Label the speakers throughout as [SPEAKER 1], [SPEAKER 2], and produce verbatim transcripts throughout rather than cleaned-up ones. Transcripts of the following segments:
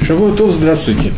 [SPEAKER 1] Шавуа Тов, здравствуйте.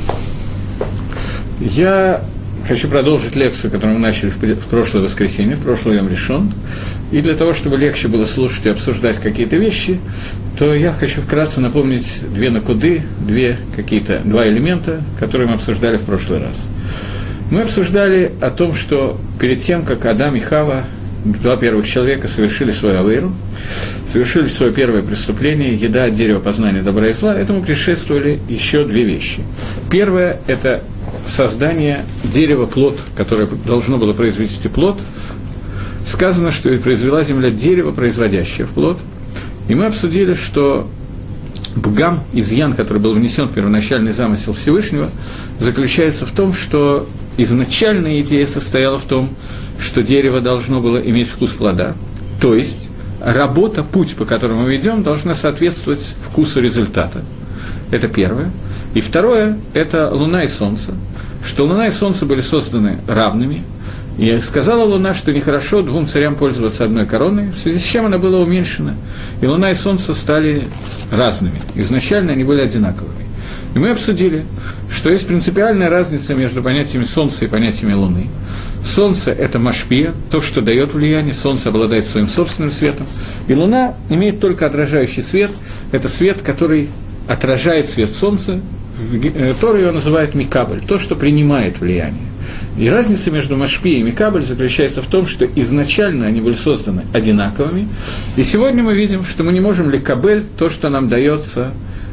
[SPEAKER 1] Я хочу продолжить лекцию, которую мы начали в прошлое воскресенье, в прошлый Йом Ришон. И для того, чтобы легче было слушать и обсуждать какие-то вещи, то я хочу вкратце напомнить две накуды, две какие-то, два элемента, которые мы обсуждали в прошлый раз. Мы обсуждали о том, что перед тем, как Адам и Хава, два первых человека, совершили свою авейру, совершили свое первое преступление, еда от дерева познания добра и зла, этому предшествовали еще две вещи. Первое – это создание дерева плод, которое должно было произвести плод. Сказано, что и произвела земля дерево, производящее в плод. И мы обсудили, что бгам, изъян, который был внесен в первоначальный замысел Всевышнего, заключается в том, что изначальная идея состояла в том, что дерево должно было иметь вкус плода, то есть работа, путь, по которому мы идем, должна соответствовать вкусу результата. Это первое. И второе – это Луна и Солнце, что Луна и Солнце были созданы равными. И сказала Луна, что нехорошо двум царям пользоваться одной короной, в связи с чем она была уменьшена, и Луна и Солнце стали разными. Изначально они были одинаковыми. И мы обсудили, что есть принципиальная разница между понятиями Солнца и понятиями Луны. Солнце – это машпия, то, что дает влияние, Солнце обладает своим собственным светом, и Луна имеет только отражающий свет, это свет, который отражает свет Солнца, Тора его называет микабль, то, что принимает влияние. И разница между машпи и микабль заключается в том, что изначально они были созданы одинаковыми, и сегодня мы видим, что мы не можем ликабель то, что нам дается,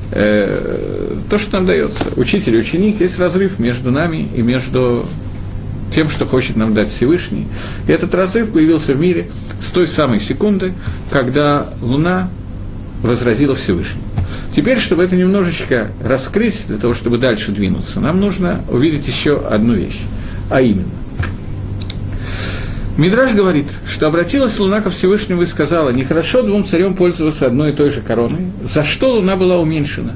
[SPEAKER 1] э, то, что нам дается. Учитель и ученик, есть разрыв между нами и между тем, что хочет нам дать Всевышний. И этот разрыв появился в мире с той самой секунды, когда Луна возразила Всевышнему. Теперь, чтобы это немножечко раскрыть, для того, чтобы дальше двинуться, нам нужно увидеть еще одну вещь, а именно. Мидраш говорит, что обратилась Луна ко Всевышнему и сказала, нехорошо двум царям пользоваться одной и той же короной, за что Луна была уменьшена.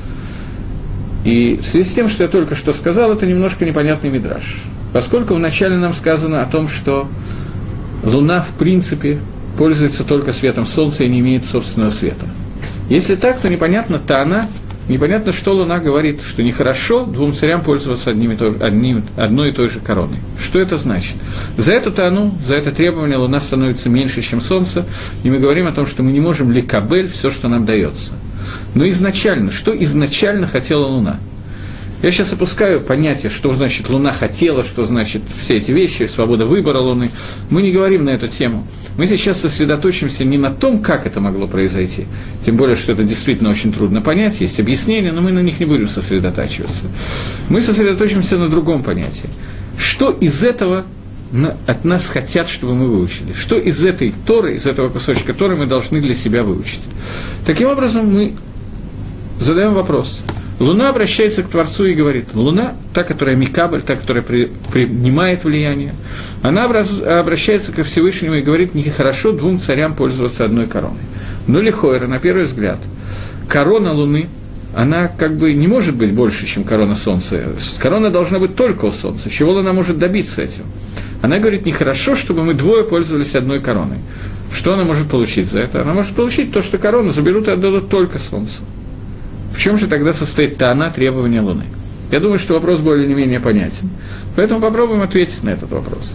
[SPEAKER 1] И в связи с тем, что я только что сказал, это немножко непонятный мидраш, поскольку вначале нам сказано о том, что Луна, в принципе, пользуется только светом Солнца и не имеет собственного света. Если так, то непонятно Тана, непонятно, что Луна говорит, что нехорошо двум царям пользоваться одним и той же, одним, одной и той же короной. Что это значит? За эту Тану, за это требование Луна становится меньше, чем Солнце, и мы говорим о том, что мы не можем ликабель все, что нам дается. Но изначально, что изначально хотела Луна? Я сейчас опускаю понятие, что значит Луна хотела, что значит все эти вещи, свобода выбора Луны. Мы не говорим на эту тему. Мы сейчас сосредоточимся не на том, как это могло произойти, тем более, что это действительно очень трудно понять, есть объяснения, но мы на них не будем сосредотачиваться. Мы сосредоточимся на другом понятии. Что из этого от нас хотят, чтобы мы выучили? Что из этой Торы, из этого кусочка Торы мы должны для себя выучить? Таким образом, мы задаем вопрос. Луна обращается к Творцу и говорит, Луна, та, которая микабль, та, которая при, принимает влияние, она обращается ко Всевышнему и говорит, нехорошо двум царям пользоваться одной короной. Но лихойра, на первый взгляд, корона Луны, она как бы не может быть больше, чем корона Солнца. Корона должна быть только у Солнца. Чего Луна может добиться этим? Она говорит, нехорошо, чтобы мы двое пользовались одной короной. Что она может получить за это? Она может получить то, что корону заберут и отдадут только Солнцу. В чем же тогда состоит Таана, требования Луны? Я думаю, что вопрос более-менее понятен. Поэтому попробуем ответить на этот вопрос.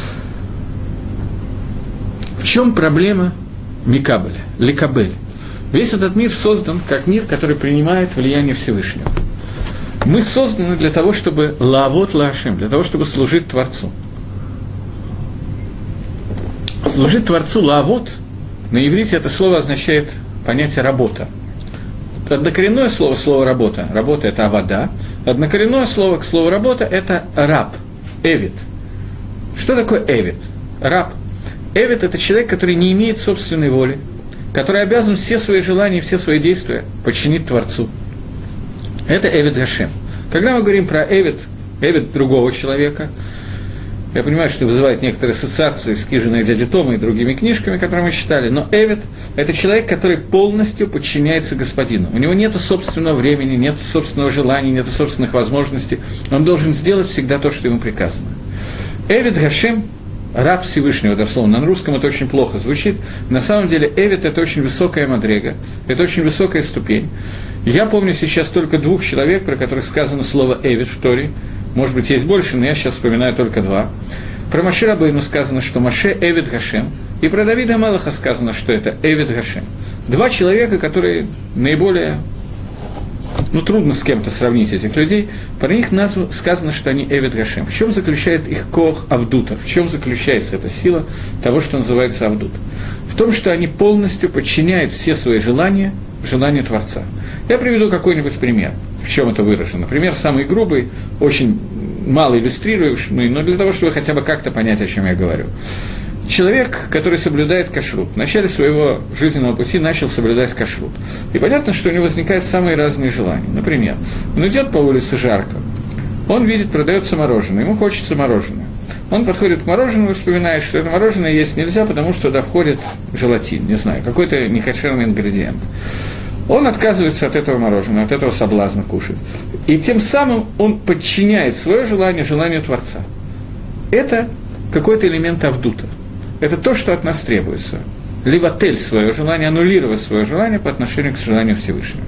[SPEAKER 1] В чем проблема Микабеля, Ликабель? Весь этот мир создан как мир, который принимает влияние Всевышнего. Мы созданы для того, чтобы лаавот лаашем, для того, чтобы служить Творцу. Служить Творцу лаавот, на иврите это слово означает понятие «работа». Однокоренное слово, слово «работа», работа – это авада, однокоренное слово к слову «работа» – это раб, эвид. Что такое эвид? Раб. Эвид – это человек, который не имеет собственной воли, который обязан все свои желания, все свои действия подчинить Творцу. Это эвид Гашем. Когда мы говорим про эвид, эвид другого человека, я понимаю, что это вызывает некоторые ассоциации с Кижиной дяди Тома и другими книжками, которые мы читали, но эвид – это человек, который полностью подчиняется господину. У него нет собственного времени, нет собственного желания, нет собственных возможностей. Он должен сделать всегда то, что ему приказано. Эвид Гашем – раб Всевышнего, дословно. На русском это очень плохо звучит. На самом деле эвид – это очень высокая мадрега, это очень высокая ступень. Я помню сейчас только двух человек, про которых сказано слово «эвид» в Торе. Может быть, есть больше, но я сейчас вспоминаю только два. Про Моше Рабейну сказано, что Моше Эвид Гашем, и про Давида Мелаха сказано, что это Эвид Гашем. Два человека, которые наиболее, ну, трудно с кем-то сравнить этих людей, про них назв... сказано, что они Эвид Гашем. В чем заключает их кох Авдута? В чем заключается эта сила того, что называется Авдут? В том, что они полностью подчиняют все свои желания желанию Творца. Я приведу какой-нибудь пример, в чем это выражено. Например, самый грубый, очень мало иллюстрирующий, но для того, чтобы хотя бы как-то понять, о чем я говорю. Человек, который соблюдает кашрут, в начале своего жизненного пути начал соблюдать кашрут. И понятно, что у него возникают самые разные желания. Например, он идет по улице жарко, он видит, продается мороженое, ему хочется мороженое. Он подходит к мороженому и вспоминает, что это мороженое есть нельзя, потому что туда входит желатин, не знаю, какой-то некошерный ингредиент. Он отказывается от этого мороженого, от этого соблазна кушать. И тем самым он подчиняет свое желание желанию Творца. Это какой-то элемент авдута. Это то, что от нас требуется. Ливатель свое желание, аннулировать свое желание по отношению к желанию Всевышнего.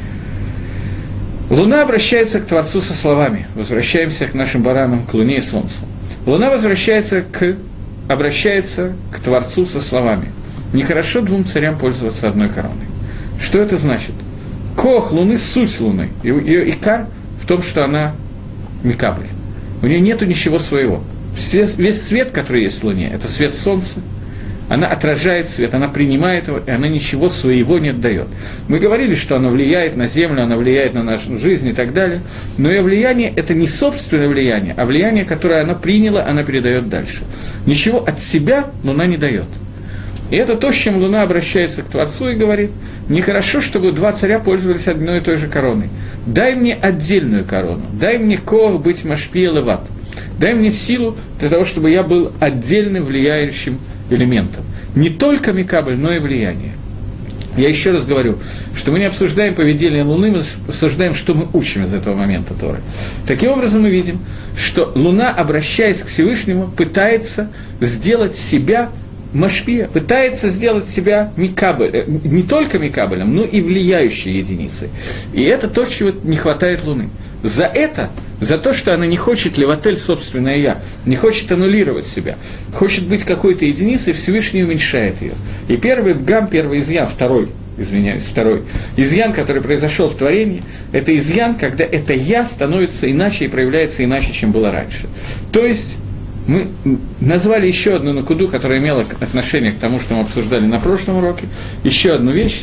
[SPEAKER 1] Луна обращается к Творцу со словами. Возвращаемся к нашим баранам, к Луне и Солнцу. Луна возвращается к, обращается к Творцу со словами. Нехорошо двум царям пользоваться одной короной. Что это значит? Кох Луны – суть Луны. Ее икар в том, что она микабль. У нее нет ничего своего. Весь свет, который есть в Луне, это свет Солнца. Она отражает свет, она принимает его, и она ничего своего не отдает. Мы говорили, что она влияет на Землю, она влияет на нашу жизнь и так далее, но ее влияние – это не собственное влияние, а влияние, которое она приняла, она передает дальше. Ничего от себя Луна не дает. И это то, с чем Луна обращается к Творцу и говорит: нехорошо, чтобы два царя пользовались одной и той же короной. Дай мне отдельную корону, дай мне коах быть машпия леват, дай мне силу для того, чтобы я был отдельным влияющим элементом. Не только микабль, но и влияние. Я еще раз говорю, что мы не обсуждаем поведение Луны, мы обсуждаем, что мы учим из этого момента Торы. Таким образом, мы видим, что Луна, обращаясь к Всевышнему, пытается сделать себя машпия, пытается сделать себя микабль, не только микаблем, но и влияющей единицей. И это то, чего не хватает Луны. За это, за то, что она не хочет леватель собственное «я», не хочет аннулировать себя, хочет быть какой-то единицей, Всевышний уменьшает ее. И первый гам, первый изъян, второй, извиняюсь, второй изъян, который произошел в творении, это изъян, когда это «я» становится иначе и проявляется иначе, чем было раньше. То есть мы назвали еще одну накуду, которая имела отношение к тому, что мы обсуждали на прошлом уроке, еще одну вещь.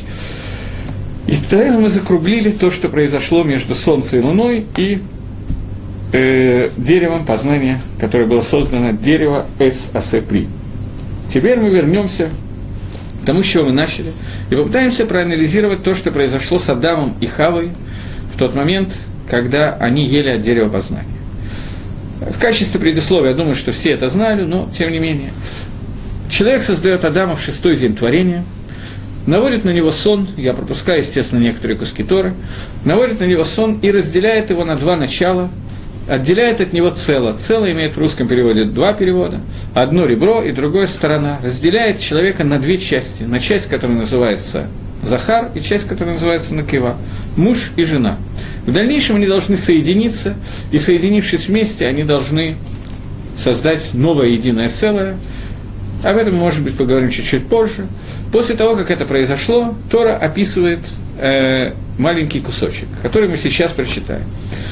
[SPEAKER 1] И тогда мы закруглили то, что произошло между Солнцем и Луной и э, деревом познания, которое было создано, дерево Эц-Асе-При. Теперь мы вернемся к тому, с чего мы начали, и попытаемся проанализировать то, что произошло с Адамом и Хавой в тот момент, когда они ели от дерева познания. В качестве предисловия, я думаю, что все это знали, но тем не менее. Человек создает Адама в шестой день творения, наводит на него сон, я пропускаю, естественно, некоторые куски Торы, наводит на него сон и разделяет его на два начала, отделяет от него цело. Цело имеет в русском переводе два перевода, одно ребро и другая сторона. Разделяет человека на две части, на часть, которая называется Захар, и часть, которая называется Накива, муж и жена. В дальнейшем они должны соединиться, и, соединившись вместе, они должны создать новое единое целое. Об этом, может быть, поговорим чуть-чуть позже. После того, как это произошло, Тора описывает э, маленький кусочек, который мы сейчас прочитаем.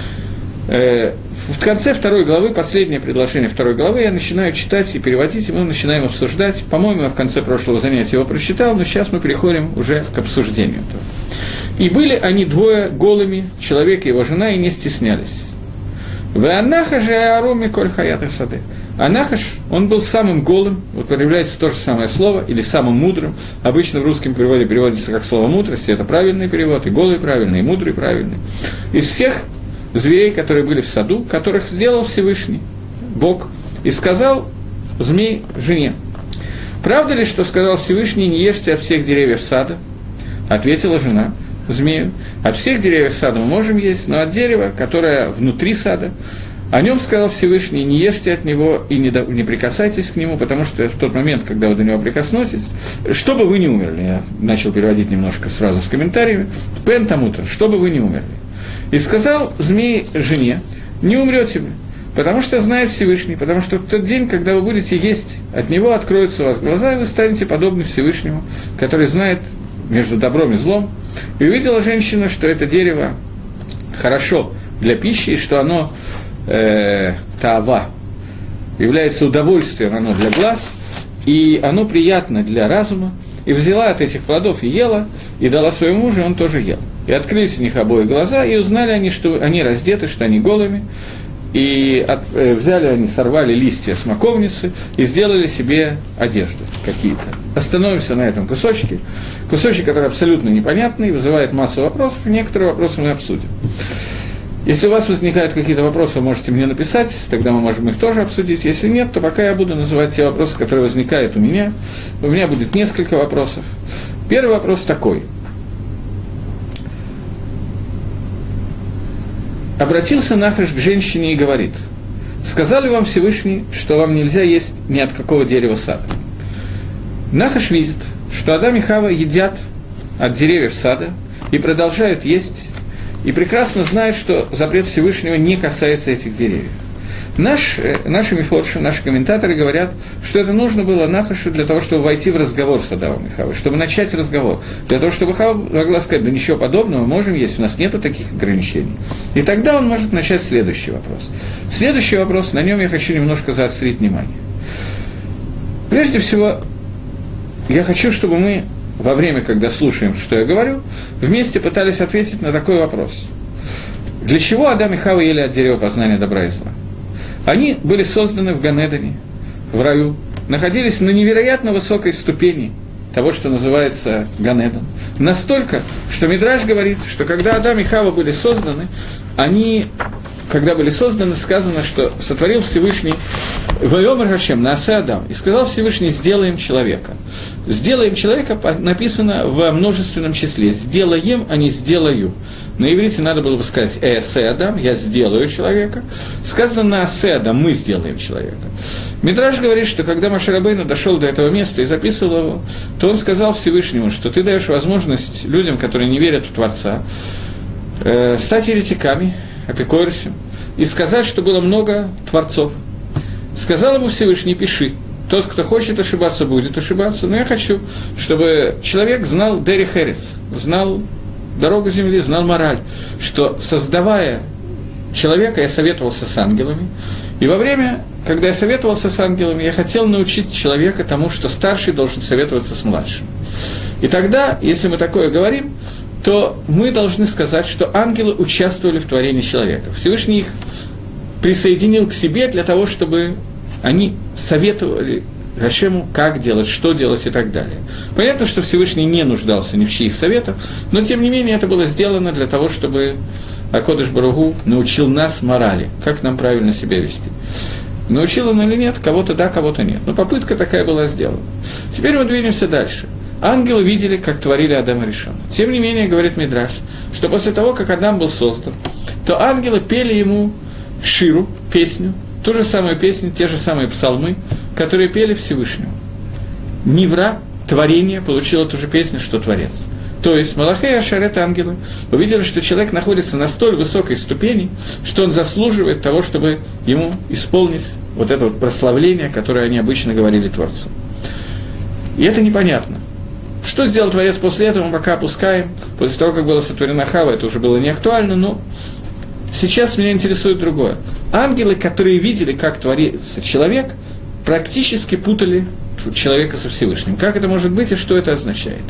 [SPEAKER 1] Э, в конце второй главы, последнее предложение второй главы, я начинаю читать и переводить, и мы начинаем обсуждать. По-моему, я в конце прошлого занятия его прочитал, но сейчас мы переходим уже к обсуждению. «И были они двое голыми, человек и его жена, и не стеснялись. Веанаха же Аароми коль хаят саде». Анахаш, он был самым голым, вот появляется то же самое слово, или самым мудрым. Обычно в русском переводе переводится как слово «мудрость», это правильный перевод, и голый правильный, и мудрый правильный. Из всех зверей, которые были в саду, которых сделал Всевышний, Бог, и сказал змей жене: «Правда ли, что сказал Всевышний, не ешьте от всех деревьев сада?» Ответила жена змею: «От всех деревьев сада мы можем есть, но от дерева, которое внутри сада, О нем сказал Всевышний: не ешьте от него и не, до, не прикасайтесь к нему, потому что в тот момент, когда вы до него прикоснетесь, чтобы вы не умерли, я начал переводить немножко сразу с комментариями, пен тамутер, чтобы вы не умерли. И сказал змей жене: не умрете вы, потому что знает Всевышний, потому что в тот день, когда вы будете есть от него, откроются у вас глаза, и вы станете подобны Всевышнему, который знает между добром и злом. И увидела женщина, что это дерево хорошо для пищи, и что оно э, таава, является удовольствием оно для глаз, и оно приятно для разума, и взяла от этих плодов и ела, и дала своему мужу, и он тоже ел. И открылись у них обои глаза, и узнали они, что они раздеты, что они голыми, и от, э, взяли они, сорвали листья смоковницы и сделали себе одежды какие-то. Остановимся на этом кусочке. Кусочек, который абсолютно непонятный, вызывает массу вопросов, и некоторые вопросы мы обсудим. Если у вас возникают какие-то вопросы, вы можете мне написать, тогда мы можем их тоже обсудить. Если нет, то пока я буду называть те вопросы, которые возникают у меня. У меня будет несколько вопросов. Первый вопрос такой. Обратился Нахаш к женщине и говорит: сказали вам Всевышний, что вам нельзя есть ни от какого дерева сада. Нахаш видит, что Адам и Хава едят от деревьев сада и продолжают есть, и прекрасно знает, что запрет Всевышнего не касается этих деревьев. Наш, наши мифорши, наши комментаторы говорят, что это нужно было Нахашу для того, чтобы войти в разговор с Адамом и Хавой, чтобы начать разговор, для того, чтобы Хава могла сказать: да ничего подобного, можем есть, у нас нету таких ограничений. И тогда он может начать следующий вопрос. Следующий вопрос, на нем я хочу немножко заострить внимание. Прежде всего, я хочу, чтобы мы во время, когда слушаем, что я говорю, вместе пытались ответить на такой вопрос. Для чего Адам и Хава ели от дерева познания добра и зла? Они были созданы в Ганедане, в раю, находились на невероятно высокой ступени того, что называется Ганедан. Настолько, что Мидраш говорит, что когда Адам и Хава были созданы, они, когда были созданы, сказано, что сотворил Всевышний «Вайомер Хашем наасе Адам», и сказал Всевышний: «Сделаем человека». «Сделаем человека» написано во множественном числе. «Сделаем», а не «сделаю». На иврите надо было бы сказать «Ээсе Адам», «я сделаю человека». Сказано «Наасе Адам», «мы сделаем человека». Мидраш говорит, что когда Моше Рабейну дошел до этого места и записывал его, то он сказал Всевышнему, что ты даешь возможность людям, которые не верят в Творца, э, стать еретиками, апикорисом, и сказать, что было много творцов. Сказал ему Всевышний: пиши. Тот, кто хочет ошибаться, будет ошибаться. Но я хочу, чтобы человек знал Дери Херец, знал дорогу земли, знал мораль, что, создавая человека, я советовался с ангелами. И во время, когда я советовался с ангелами, я хотел научить человека тому, что старший должен советоваться с младшим. И тогда, если мы такое говорим, то мы должны сказать, что ангелы участвовали в творении человека. Всевышний их присоединил к себе для того, чтобы они советовали Гашему, как делать, что делать и так далее. Понятно, что Всевышний не нуждался ни в чьих советах, но тем не менее это было сделано для того, чтобы Акодыш Баругу научил нас морали, как нам правильно себя вести. Научил он или нет, кого-то да, кого-то нет. Но попытка такая была сделана. Теперь мы двинемся дальше. Ангелы видели, как творили Адам и Ришон. Тем не менее, говорит Мидраш, что после того, как Адам был создан, то ангелы пели ему ширу, песню, ту же самую песню, те же самые псалмы, которые пели Всевышнему. Нивра, творение, получило ту же песню, что Творец. То есть Малахей Ашарет, ангелы, увидели, что человек находится на столь высокой ступени, что он заслуживает того, чтобы ему исполнить вот это вот прославление, которое они обычно говорили Творцу. И это непонятно. Что сделал Творец после этого, мы пока опускаем. После того, как была сотворена Хава, это уже было не актуально, но сейчас меня интересует другое. Ангелы, которые видели, как творится человек, практически путали человека со Всевышним. Как это может быть и что это означает?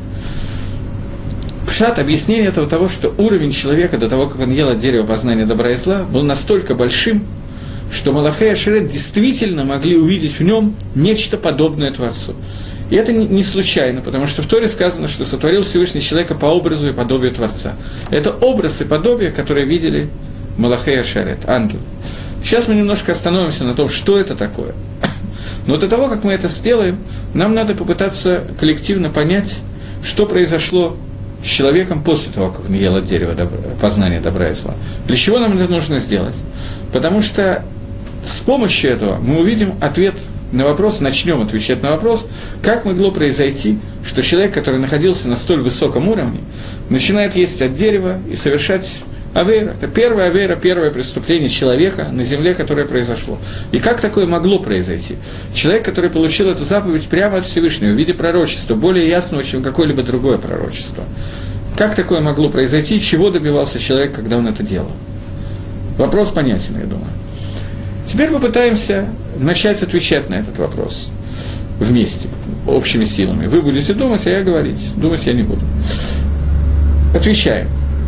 [SPEAKER 1] Пшат, объяснение этого того, что уровень человека до того, как он ел от дерева познания добра и зла, был настолько большим, что Малахей и Ашерет действительно могли увидеть в нем нечто подобное Творцу. И это не случайно, потому что в Торе сказано, что сотворил Всевышний человека по образу и подобию Творца. Это образ и подобие, которые видели Малахей и Ашерет, ангелы. Сейчас мы немножко остановимся на том, что это такое. Но до того, как мы это сделаем, нам надо попытаться коллективно понять, что произошло с человеком после того, как он ел от дерева добра, познания добра и зла. Для чего нам это нужно сделать? Потому что с помощью этого мы увидим ответ на вопрос, начнем отвечать на вопрос, как могло произойти, что человек, который находился на столь высоком уровне, начинает есть от дерева и совершать авейра. Это первая авейра, первое преступление человека на земле, которое произошло. И как такое могло произойти? Человек, который получил эту заповедь прямо от Всевышнего, в виде пророчества, более ясного, чем какое-либо другое пророчество. Как такое могло произойти, чего добивался человек, когда он это делал? Вопрос понятен, я думаю. Теперь попытаемся начать отвечать на этот вопрос вместе, общими силами. Вы будете думать, а я говорить. Думать я не буду. Отвечаем.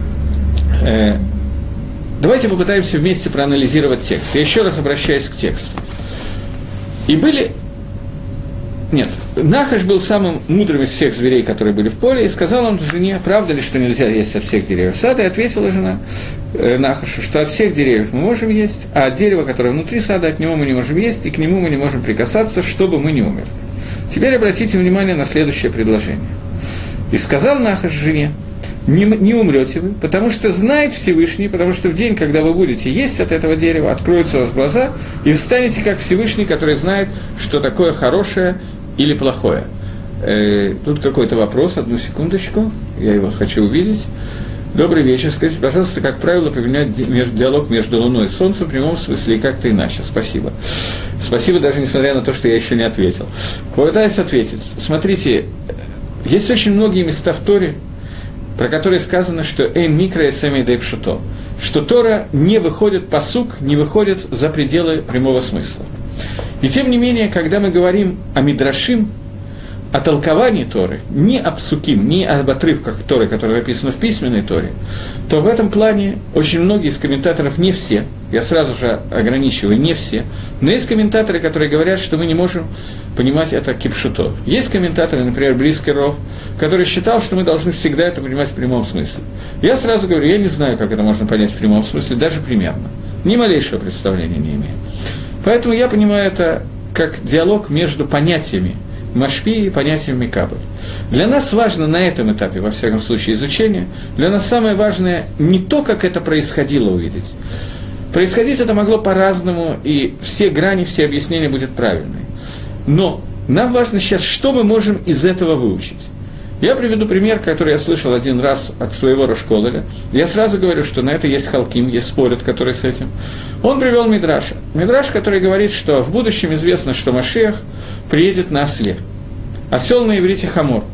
[SPEAKER 1] Э, давайте попытаемся вместе проанализировать текст. Я еще раз обращаюсь к тексту. И были... Нет, Нахаш был самым мудрым из всех зверей, которые были в поле, и сказал он жене, правда ли, что нельзя есть от всех деревьев сада, и ответила жена э, Нахашу, что от всех деревьев мы можем есть, а от дерева, которое внутри сада, от него мы не можем есть, и к нему мы не можем прикасаться, чтобы мы не умерли. Теперь обратите внимание на следующее предложение. И сказал Нахаш жене, не, не умрете вы, потому что знает Всевышний, потому что в день, когда вы будете есть от этого дерева, откроются у вас глаза, и встанете как Всевышний, который знает, что такое хорошее или плохое. Э, тут какой-то вопрос, одну секундочку, я его хочу увидеть. Добрый вечер, скажите, пожалуйста, как правило, поменять диалог между Луной и Солнцем в прямом смысле и как-то иначе. Спасибо. Спасибо, даже несмотря на то, что я еще не ответил. Попытаюсь ответить. Смотрите, есть очень многие места в Торе, про которые сказано, что «эйн микро эцэмэй дэй пшуто», что Тора не выходит, пасук не выходит за пределы прямого смысла. И тем не менее, когда мы говорим о мидрашим, о толковании Торы, не о псуким, не об отрывках Торы, которые написаны в письменной Торе, то в этом плане очень многие из комментаторов, не все, я сразу же ограничиваю, не все, но есть комментаторы, которые говорят, что мы не можем понимать это кипшуто. Есть комментаторы, например, Близкий Ров, который считал, что мы должны всегда это понимать в прямом смысле. Я сразу говорю, я не знаю, как это можно понять в прямом смысле, даже примерно. Ни малейшего представления не имею. Поэтому я понимаю это как диалог между понятиями Машпи и понятиями Микабль. Для нас важно на этом этапе, во всяком случае, изучения, для нас самое важное не то, как это происходило увидеть. Происходить это могло по-разному, и все грани, все объяснения будут правильные. Но нам важно сейчас, что мы можем из этого выучить. Я приведу пример, который я слышал один раз от своего Рошколеля. Я сразу говорю, что на это есть халким, есть спорят, которые с этим. Он привел Мидраша. Мидраш, который говорит, что в будущем известно, что Машиах приедет на осле. Осел на иврите хамор.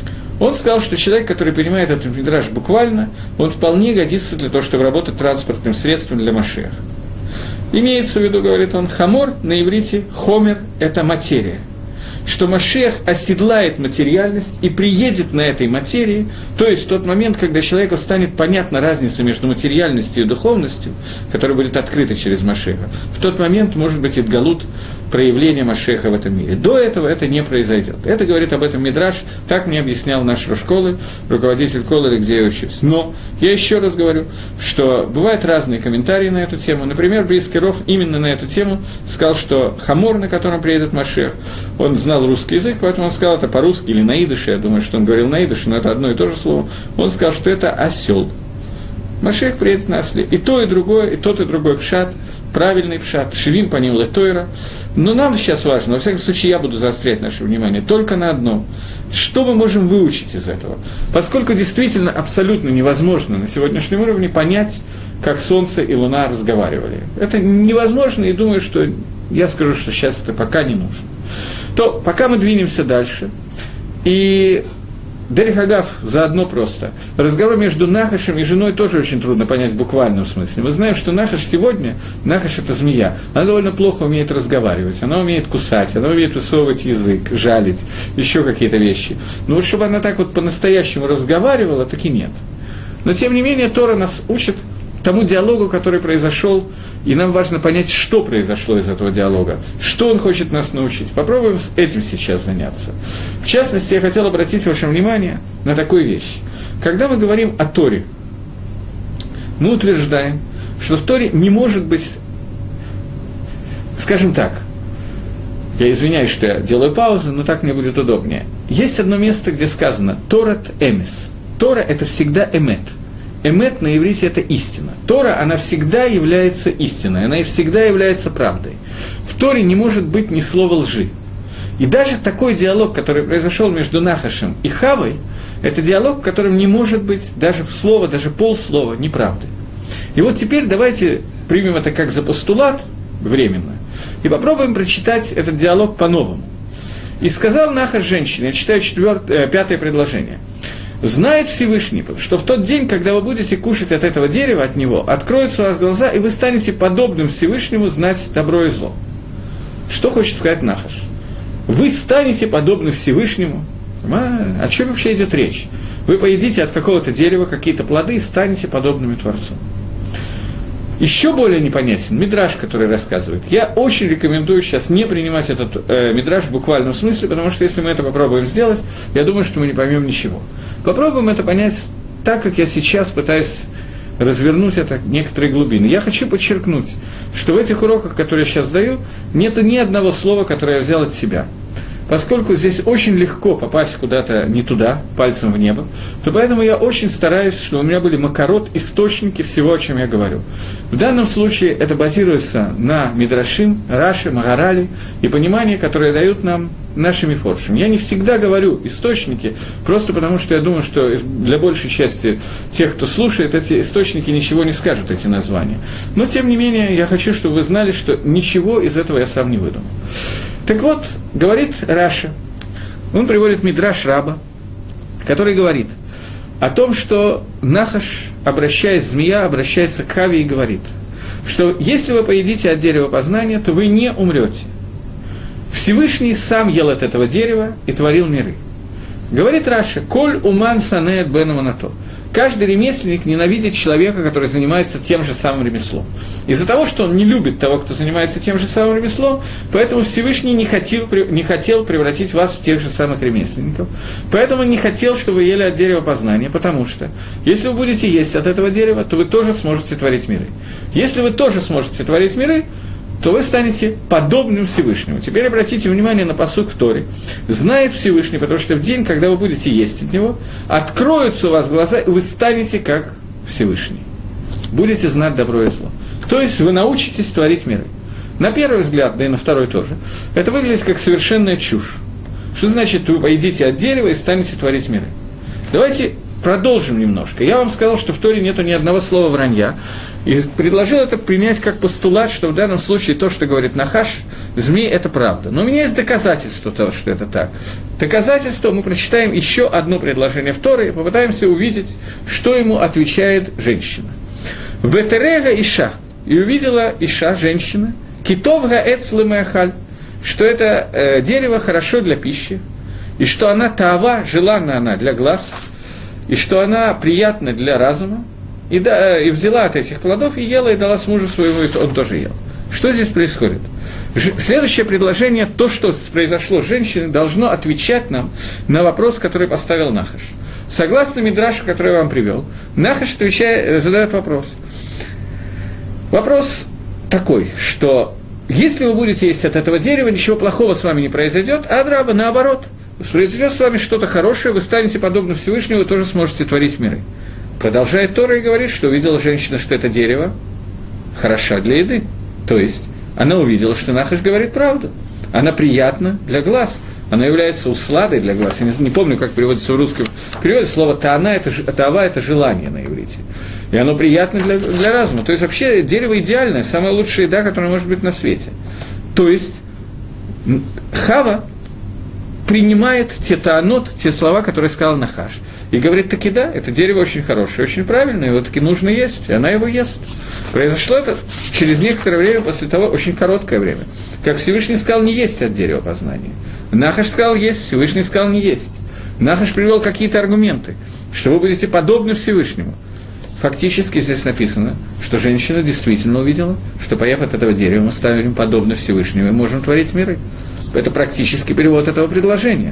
[SPEAKER 1] Он сказал, что человек, который понимает этот Мидраш буквально, он вполне годится для того, чтобы работать транспортным средством для Машиаха. Имеется в виду, говорит он, хамор на иврите, хомер – это материя. Что Машиах оседлает материальность и приедет на этой материи, то есть в тот момент, когда человеку станет понятна разница между материальностью и духовностью, которая будет открыта через Машиаха, в тот момент может быть идгалут, проявление Машиаха в этом мире. До этого это не произойдет. Это говорит об этом Мидраш, так мне объяснял наш Рошколы, руководитель Кололи, где я учусь. Но я еще раз говорю, что бывают разные комментарии на эту тему. Например, Близкий Ров именно на эту тему сказал, что хамор, на котором приедет Машиах, он знал русский язык, поэтому он сказал это по-русски или на идыше, я думаю, что он говорил на идыше, но это одно и то же слово. Он сказал, что это осел. Машиах приедет на осле. И то, и другое, и тот, и другой пшат, правильный пшат, шевим по ним летойра. Но нам сейчас важно, во всяком случае, я буду заострять наше внимание только на одном. Что мы можем выучить из этого? Поскольку действительно абсолютно невозможно на сегодняшнем уровне понять, как Солнце и Луна разговаривали. Это невозможно, и думаю, что я скажу, что сейчас это пока не нужно. То пока мы двинемся дальше, и Дерих Агав заодно просто. Разговор между Нахашем и женой тоже очень трудно понять в буквальном смысле. Мы знаем, что Нахаш сегодня, Нахаш – это змея, она довольно плохо умеет разговаривать, она умеет кусать, она умеет высовывать язык, жалить, еще какие-то вещи. Но вот чтобы она так вот по-настоящему разговаривала, так и нет. Но тем не менее Тора нас учит тому диалогу, который произошел, и нам важно понять, что произошло из этого диалога, что он хочет нас научить. Попробуем с этим сейчас заняться. В частности, я хотел обратить ваше внимание на такую вещь. Когда мы говорим о Торе, мы утверждаем, что в Торе не может быть, скажем так, я извиняюсь, что я делаю паузу, но так мне будет удобнее. Есть одно место, где сказано «Торат эмес». Тора – это всегда эмет. Эмет на иврите – это истина. Тора, она всегда является истиной, она и всегда является правдой. В Торе не может быть ни слова лжи. И даже такой диалог, который произошел между Нахашем и Хавой, это диалог, в котором не может быть даже слово, даже полслова неправды. И вот теперь давайте примем это как за постулат временно и попробуем прочитать этот диалог по-новому. «И сказал Нахаш женщине», я читаю четвёртое, пятое предложение, «Знает Всевышний, что в тот день, когда вы будете кушать от этого дерева, от него, откроются у вас глаза, и вы станете подобным Всевышнему знать добро и зло». Что хочет сказать Нахаш? Вы станете подобны Всевышнему. А, о чем вообще идет речь? Вы поедите от какого-то дерева какие-то плоды и станете подобными Творцу. Еще более непонятен мидраш, который рассказывает. Я очень рекомендую сейчас не принимать этот э, мидраш в буквальном смысле, потому что если мы это попробуем сделать, я думаю, что мы не поймем ничего. Попробуем это понять так, как я сейчас пытаюсь развернуть это некоторые глубины. Я хочу подчеркнуть, что в этих уроках, которые я сейчас даю, нет ни одного слова, которое я взял от себя. Поскольку здесь очень легко попасть куда-то не туда, пальцем в небо, то поэтому я очень стараюсь, чтобы у меня были макарот, источники всего, о чем я говорю. В данном случае это базируется на Мидрашим, Раши, Магарали и понимании, которые дают нам наши мифоршим. Я не всегда говорю источники, просто потому что я думаю, что для большей части тех, кто слушает, эти источники ничего не скажут, эти названия. Но, тем не менее, я хочу, чтобы вы знали, что ничего из этого я сам не выдумал. Так вот, говорит Раша, он приводит мидраш Раба, который говорит о том, что Нахаш, обращаясь, змея, обращается к Хаве и говорит, что если вы поедите от дерева познания, то вы не умрете. Всевышний сам ел от этого дерева и творил миры. Говорит Раша, «Коль уман санеет бен уманато». Каждый ремесленник ненавидит человека, который занимается тем же самым ремеслом. Из-за того, что он не любит того, кто занимается тем же самым ремеслом, поэтому Всевышний не хотел, не хотел превратить вас в тех же самых ремесленников. Поэтому не хотел, чтобы вы ели от дерева познания, потому что если вы будете есть от этого дерева, то вы тоже сможете творить миры. Если вы тоже сможете творить миры, то вы станете подобным Всевышнему. Теперь обратите внимание на пасук в Торе. Знает Всевышний, потому что в день, когда вы будете есть от него, откроются у вас глаза, и вы станете как Всевышний. Будете знать добро и зло. То есть вы научитесь творить миры. На первый взгляд, да и на второй тоже, это выглядит как совершенная чушь. Что значит, вы поедите от дерева и станете творить миры? Давайте продолжим немножко. Я вам сказал, что в Торе нету ни одного слова вранья, и предложил это принять как постулат, что в данном случае то, что говорит Нахаш, змей, это правда. Но у меня есть доказательство того, что это так. Доказательство, мы прочитаем еще одно предложение в Торе и попытаемся увидеть, что ему отвечает женщина. «Ветерега Иша», и увидела Иша, женщина, «Китов гаэц лэмэахаль», что это э, дерево хорошо для пищи, и что она таава, желанна она для глаз, и что она приятна для разума, и, да, и взяла от этих плодов и ела, и дала мужу своему, и он тоже ел. Что здесь происходит? Ж, следующее предложение, то, что произошло с женщиной, должно отвечать нам на вопрос, который поставил Нахаш. Согласно мидрашу, который я вам привел, Нахаш отвечает, задает вопрос. Вопрос такой, что если вы будете есть от этого дерева, ничего плохого с вами не произойдет, а драба наоборот. Произойдет с вами что-то хорошее, вы станете подобны Всевышнему, вы тоже сможете творить миры. Продолжает Тора и говорит, что увидела женщина, что это дерево хороша для еды. То есть она увидела, что Нахаш говорит правду. Она приятна для глаз. Она является усладой для глаз. Я не, не помню, как переводится в русском переводе. Слово «таана» – это, «таава» – это желание на иврите. И оно приятно для, для разума. То есть вообще дерево идеальное, самая лучшая еда, которая может быть на свете. То есть Хава принимает те таанот, те слова, которые сказал Нахаш. И говорит, таки да, это дерево очень хорошее, очень правильное, его таки нужно есть, и она его ест. Произошло это через некоторое время, после того, очень короткое время. Как Всевышний сказал, не есть от дерева познания. Нахаш сказал есть, Всевышний сказал не есть. Нахаш привел какие-то аргументы, что вы будете подобны Всевышнему. Фактически здесь написано, что женщина действительно увидела, что, поев от этого дерева, мы станем подобны Всевышнему и можем творить миры. Это практически перевод этого предложения.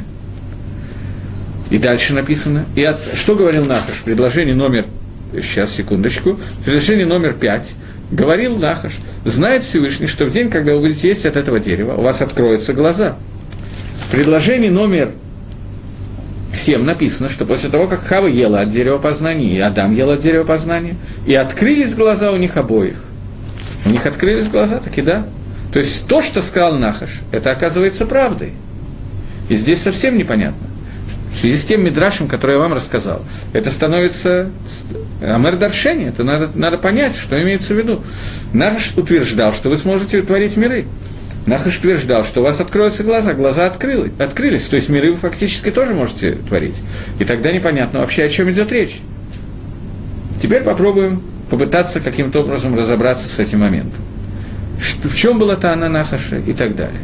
[SPEAKER 1] И дальше написано. И от, что говорил Нахаш? Предложение номер, сейчас, секундочку, предложение номер пять. Говорил Нахаш, знает Всевышний, что в день, когда вы будете есть от этого дерева, у вас откроются глаза. Предложение номер Затем написано, что после того, как Хава ела от дерева познания, и Адам ел от дерева познания, и открылись глаза у них обоих. У них открылись глаза, так и да. То есть то, что сказал Нахаш, это оказывается правдой. И здесь совсем непонятно. В связи с тем мидрашем, который я вам рассказал, это становится Амер Даршени, это надо, надо понять, что имеется в виду. Нахаш утверждал, что вы сможете творить миры. Нахаш утверждал, что у вас откроются глаза, глаза открыли, открылись, то есть миры вы фактически тоже можете творить. И тогда непонятно вообще, о чем идет речь. Теперь попробуем попытаться каким-то образом разобраться с этим моментом. В чем была Таана Нахаша и так далее.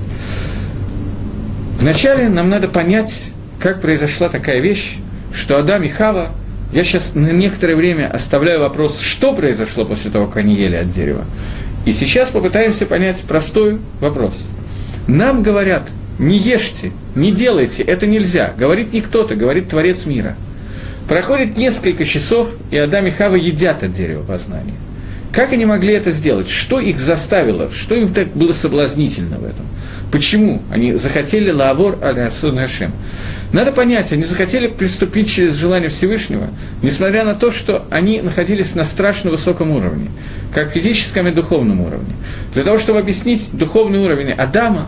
[SPEAKER 1] Вначале нам надо понять, как произошла такая вещь, что Адам и Хава, я сейчас на некоторое время оставляю вопрос, что произошло после того, как они ели от дерева. И сейчас попытаемся понять простой вопрос. Нам говорят, не ешьте, не делайте, это нельзя. Говорит не кто-то, говорит Творец мира. Проходит несколько часов, и Адам и Хава едят от дерева познания. Как они могли это сделать? Что их заставило? Что им так было соблазнительно в этом? Почему они захотели лаавор аль-Ацун Хашем? Надо понять, они захотели приступить через желание Всевышнего, несмотря на то, что они находились на страшно высоком уровне, как физическом и духовном уровне. Для того, чтобы объяснить духовный уровень Адама,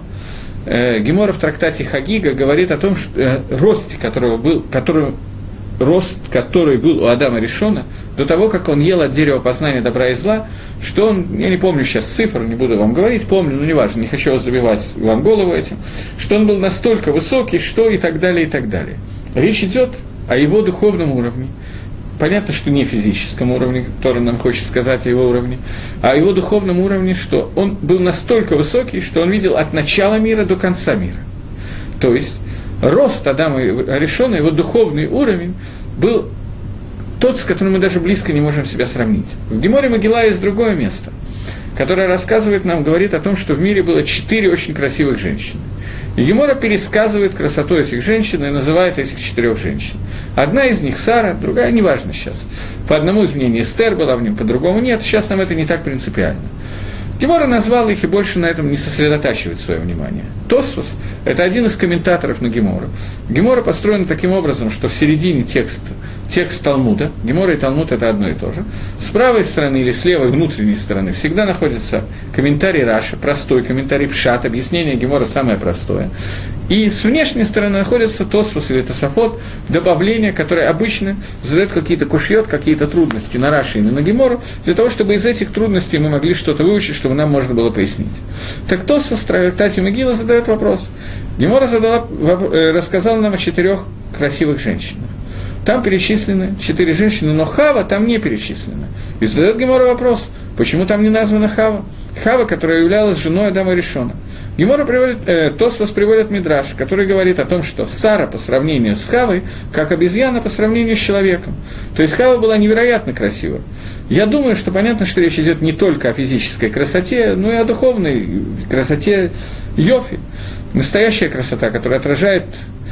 [SPEAKER 1] э, Гемора в трактате Хагига говорит о том, что э, рост, которого был, который, рост, который был у Адама Ришона, до того, как он ел от дерева познания добра и зла, что он, я не помню сейчас цифр, не буду вам говорить, помню, но неважно, не хочу вас забивать вам голову этим, что он был настолько высокий, что и так далее, и так далее. Речь идет о его духовном уровне. Понятно, что не физическом уровне, который нам хочет сказать о его уровне, а о его духовном уровне, что он был настолько высокий, что он видел от начала мира до конца мира. То есть рост Адама Ришона, его духовный уровень, был тот, с которым мы даже близко не можем себя сравнить. В Геморе Могила есть другое место, которое рассказывает нам, говорит о том, что в мире было четыре очень красивых женщины. И Гемора пересказывает красоту этих женщин и называет этих четырех женщин. Одна из них Сара, другая, неважно сейчас. По одному из мнений Эстер была в нем, по другому нет, сейчас нам это не так принципиально. Гемора назвал их и больше на этом не сосредотачивает свое внимание. Тосфос – это один из комментаторов на Гемору. Гемора построена таким образом, что в середине текст, текст Талмуда, Гемора и Талмуд – это одно и то же, с правой стороны или с левой внутренней стороны всегда находится комментарий Раши, простой комментарий Пшат, объяснение Гемора самое простое. И с внешней стороны находится Тосфос или Тософот, добавление, которое обычно задает какие-то кушьет, какие-то трудности на Раши и на Гемору, для того, чтобы из этих трудностей мы могли что-то выучить, чтобы нам можно было пояснить. Так Тосфос в трактате Мегила задает вопрос. Гемора задала, рассказала нам о четырех красивых женщинах. Там перечислены четыре женщины, но Хава там не перечислена. И задает Гемора вопрос, почему там не названа Хава? Хава, которая являлась женой Адама Ришона. Гемора приводит, э, Тосфос приводит Мидраш, который говорит о том, что Сара по сравнению с Хавой, как обезьяна по сравнению с человеком. То есть Хава была невероятно красива. Я думаю, что понятно, что речь идет не только о физической красоте, но и о духовной красоте Йофи. Настоящая красота, которая отражает...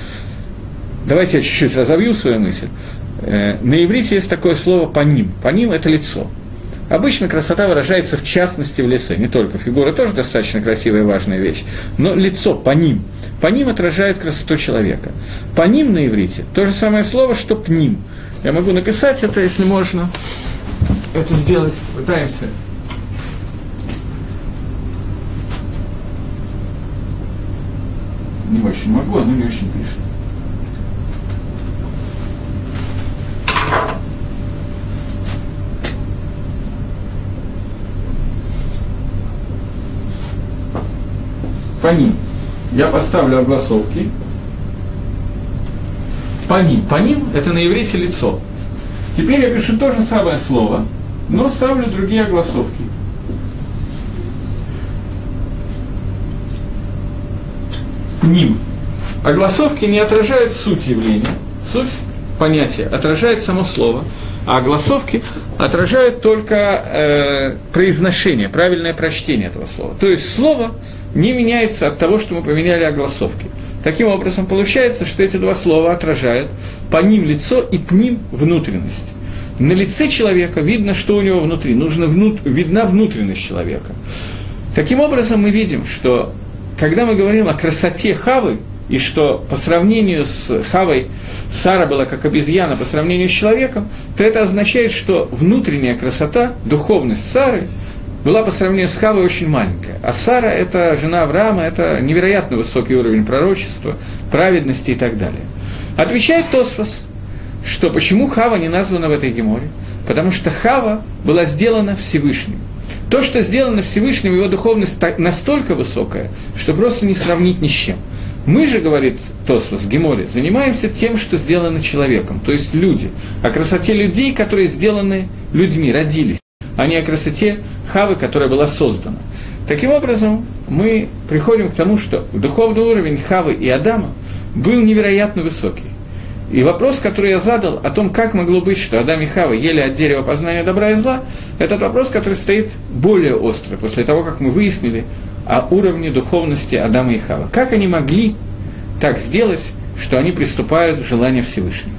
[SPEAKER 1] Давайте я чуть-чуть разовью свою мысль. Э, на иврите есть такое слово «паним». «Паним» – это лицо. Обычно красота выражается в частности в лице, не только фигура, тоже достаточно красивая и важная вещь, но лицо, паним. Паним отражает красоту человека. Паним на иврите – то же самое слово, что пним. Я могу написать это, если можно это сделать. Пытаемся. Не очень могу, оно не очень пишет. Паним. Я поставлю огласовки. Паним. Паним – это на иврите лицо. Теперь я пишу то же самое слово, но ставлю другие огласовки. Пним. Огласовки не отражают суть явления. Суть понятия отражает само слово, а огласовки отражают только э, произношение, правильное прочтение этого слова. То есть слово не меняется от того, что мы поменяли огласовки. Таким образом, получается, что эти два слова отражают паним лицо и пним внутренность. На лице человека видно, что у него внутри, нужно внут... видна внутренность человека. Таким образом, мы видим, что когда мы говорим о красоте Хавы, и что по сравнению с Хавой Сара была как обезьяна по сравнению с человеком, то это означает, что внутренняя красота, духовность Сары была по сравнению с Хавой очень маленькая. А Сара – это жена Авраама, это невероятно высокий уровень пророчества, праведности и так далее. Отвечает Тосфос, что почему Хава не названа в этой геморе? Потому что Хава была сделана Всевышним. То, что сделано Всевышним, его духовность настолько высокая, что просто не сравнить ни с чем. Мы же, говорит Тосфос в геморе, занимаемся тем, что сделано человеком, то есть люди, о красоте людей, которые сделаны людьми, родились, а не о красоте Хавы, которая была создана. Таким образом, мы приходим к тому, что духовный уровень Хавы и Адама был невероятно высокий. И вопрос, который я задал о том, как могло быть, что Адам и Хава ели от дерева познания добра и зла, этот вопрос, который стоит более остро, после того, как мы выяснили о уровне духовности Адама и Хавы. Как они могли так сделать, что они приступают к желанию Всевышнего?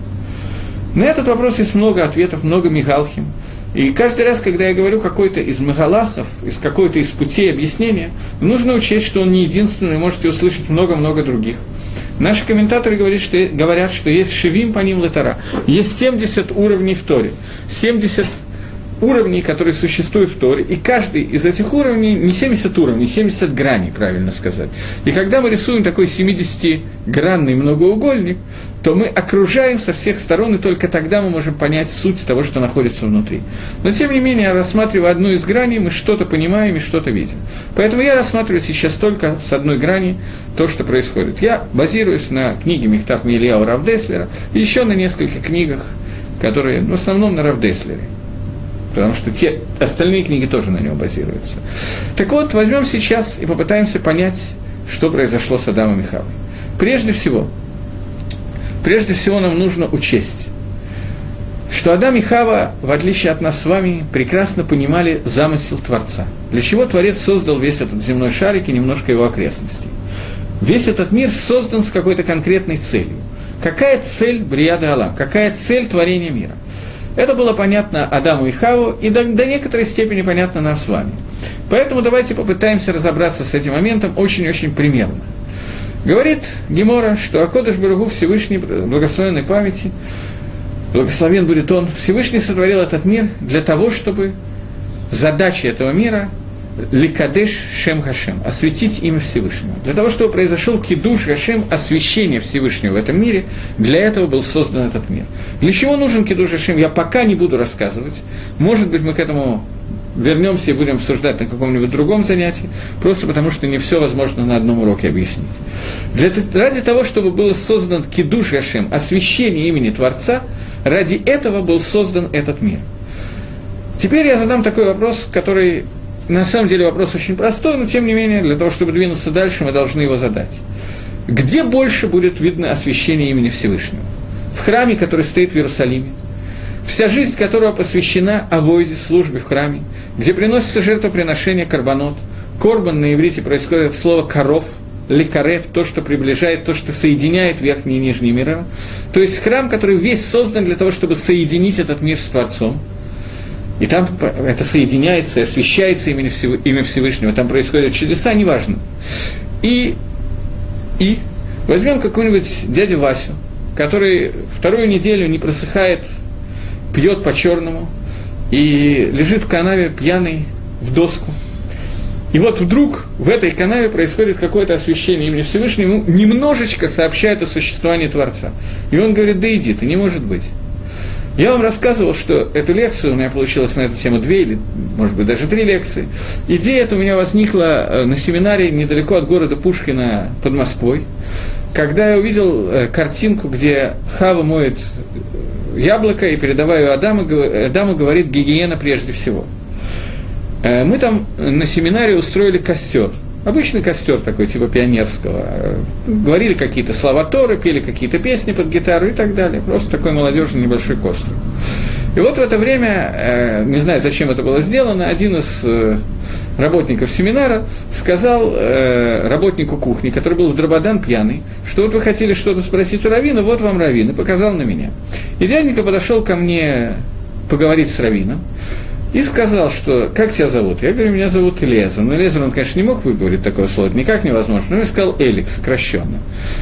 [SPEAKER 1] На этот вопрос есть много ответов, много мигалхим. И каждый раз, когда я говорю какой-то из мегалахов, из какой-то из путей объяснения, нужно учесть, что он не единственный, можете услышать много-много других. Наши комментаторы говорят, что, говорят, что есть шевим по ним летара, есть семьдесят уровней в Торе, семьдесят уровней, которые существуют в Торе, и каждый из этих уровней, не семьдесят уровней, семьдесят граней, правильно сказать. И когда мы рисуем такой семидесятигранный многоугольник, то мы окружаем со всех сторон, и только тогда мы можем понять суть того, что находится внутри. Но, тем не менее, рассматривая одну из граней, мы что-то понимаем и что-то видим. Поэтому я рассматриваю сейчас только с одной грани то, что происходит. Я базируюсь на книге Михтав Миэлияу Рав Деслера и еще на нескольких книгах, которые в основном на Рав Деслере, потому что те остальные книги тоже на него базируются. Так вот, возьмем сейчас и попытаемся понять, что произошло с Адамом и Хавой. Прежде всего, прежде всего нам нужно учесть, что Адам и Хава, в отличие от нас с вами, прекрасно понимали замысел Творца. Для чего Творец создал весь этот земной шарик и немножко его окрестностей? Весь этот мир создан с какой-то конкретной целью. Какая цель Брияда Алам? Какая цель творения мира? Это было понятно Адаму и Хаву, и до, до некоторой степени понятно нам с вами. Поэтому давайте попытаемся разобраться с этим моментом очень-очень примерно. Говорит Гемора, что Акодыш Барух Ху Всевышний, благословенной памяти, благословен будет он, Всевышний сотворил этот мир для того, чтобы задача этого мира ликадеш шем Хашем, осветить имя Всевышнего. Для того, чтобы произошел кидуш Хашем, освящение Всевышнего в этом мире, для этого был создан этот мир. Для чего нужен кидуш Хашем, я пока не буду рассказывать. Может быть, мы к этому вернемся и будем обсуждать на каком-нибудь другом занятии, просто потому что не все возможно на одном уроке объяснить. Для, ради того, чтобы был создан кидуш Хашем, освящение имени Творца, ради этого был создан этот мир. Теперь я задам такой вопрос, который... На самом деле вопрос очень простой, но тем не менее, для того, чтобы двинуться дальше, мы должны его задать. Где больше будет видно освящение имени Всевышнего? В храме, который стоит в Иерусалиме, вся жизнь которого посвящена авойде, службе в храме, где приносится жертвоприношение карбонот. Корбан на иврите происходит от слова коров, ликарев, то, что приближает, то, что соединяет верхние и нижние мира. То есть храм, который весь создан для того, чтобы соединить этот мир с Творцом. И там это соединяется, освящается имя Всевышнего, там происходят чудеса, неважно. И, и возьмем какого-нибудь дядю Васю, который вторую неделю не просыхает, пьет по-черному и лежит в канаве пьяный в доску. И вот вдруг в этой канаве происходит какое-то освящение имени Всевышнего, ему немножечко сообщает о существовании Творца. И он говорит: да иди ты, не может быть. Я вам рассказывал, что эту лекцию, у меня получилось на эту тему две или, может быть, даже три лекции. Идея эта у меня возникла на семинаре недалеко от города Пушкина под Москвой, когда я увидел картинку, где Хава моет яблоко и, передавая ее Адаму, Адаму говорит: гигиена прежде всего. Мы там на семинаре устроили костер. Обычный костер такой, типа пионерского. Говорили какие-то слова Торы, пели какие-то песни под гитару и так далее. Просто такой молодежный небольшой костер. И вот в это время, не знаю, зачем это было сделано, один из работников семинара сказал работнику кухни, который был в Драбадан пьяный, что вот вы хотели что-то спросить у раввина, вот вам раввин, и показал на меня. И дяденька подошел ко мне поговорить с раввином, и сказал, что «как тебя зовут?» Я говорю: меня зовут Элиэзер. Но Элиэзер, он, конечно, не мог выговорить такое слово, это никак невозможно. Но я сказал Элик, сокращенно.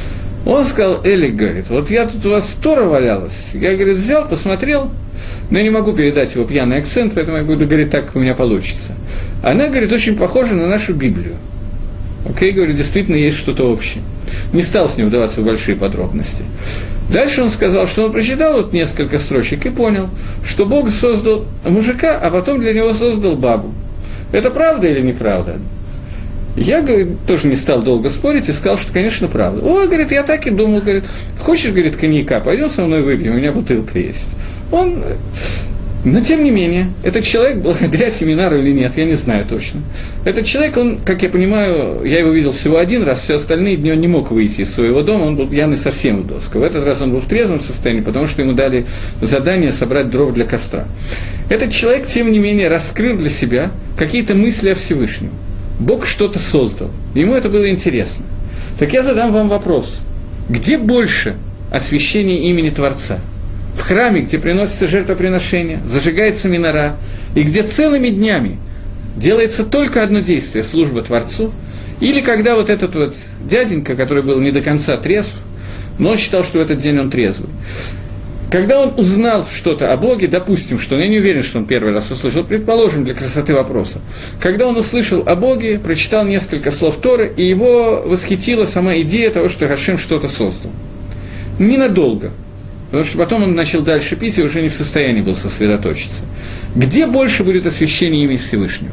[SPEAKER 1] Он сказал, Элик, говорит, вот я тут у вас Тора валялась, я, говорит, взял, посмотрел, но я не могу передать его пьяный акцент, поэтому я буду говорить так, как у меня получится. Она, говорит, очень похожа на нашу Библию. Окей, говорит, действительно есть что-то общее. Не стал с ним вдаваться в большие подробности. Дальше он сказал, что он прочитал вот несколько строчек и понял, что Бог создал мужика, а потом для него создал бабу. Это правда или неправда? Я, говорит, тоже не стал долго спорить и сказал, что, конечно, правда. О, говорит, я так и думал, говорит, хочешь, говорит, коньяка, пойдем со мной выпьем, у меня бутылка есть. Он... Но, тем не менее, этот человек, благодаря семинару или нет, я не знаю точно. Этот человек, он, как я понимаю, я его видел всего один раз, все остальные дни он не мог выйти из своего дома, он был пьяный совсем в доску. В этот раз он был в трезвом состоянии, потому что ему дали задание собрать дров для костра. Этот человек, тем не менее, раскрыл для себя какие-то мысли о Всевышнем. Бог что-то создал, ему это было интересно. Так я задам вам вопрос, где больше освящения имени Творца? В храме, где приносится жертвоприношение, зажигается минора, и где целыми днями делается только одно действие – служба Творцу, или когда вот этот вот дяденька, который был не до конца трезв, но он считал, что в этот день он трезвый, когда он узнал что-то о Боге, допустим, что, я не уверен, что он первый раз услышал, предположим, для красоты вопроса, когда он услышал о Боге, прочитал несколько слов Торы, и его восхитила сама идея того, что Гашем что-то создал. Ненадолго. Потому что потом он начал дальше пить и уже не в состоянии был сосредоточиться. Где больше будет освящение имени Всевышнего?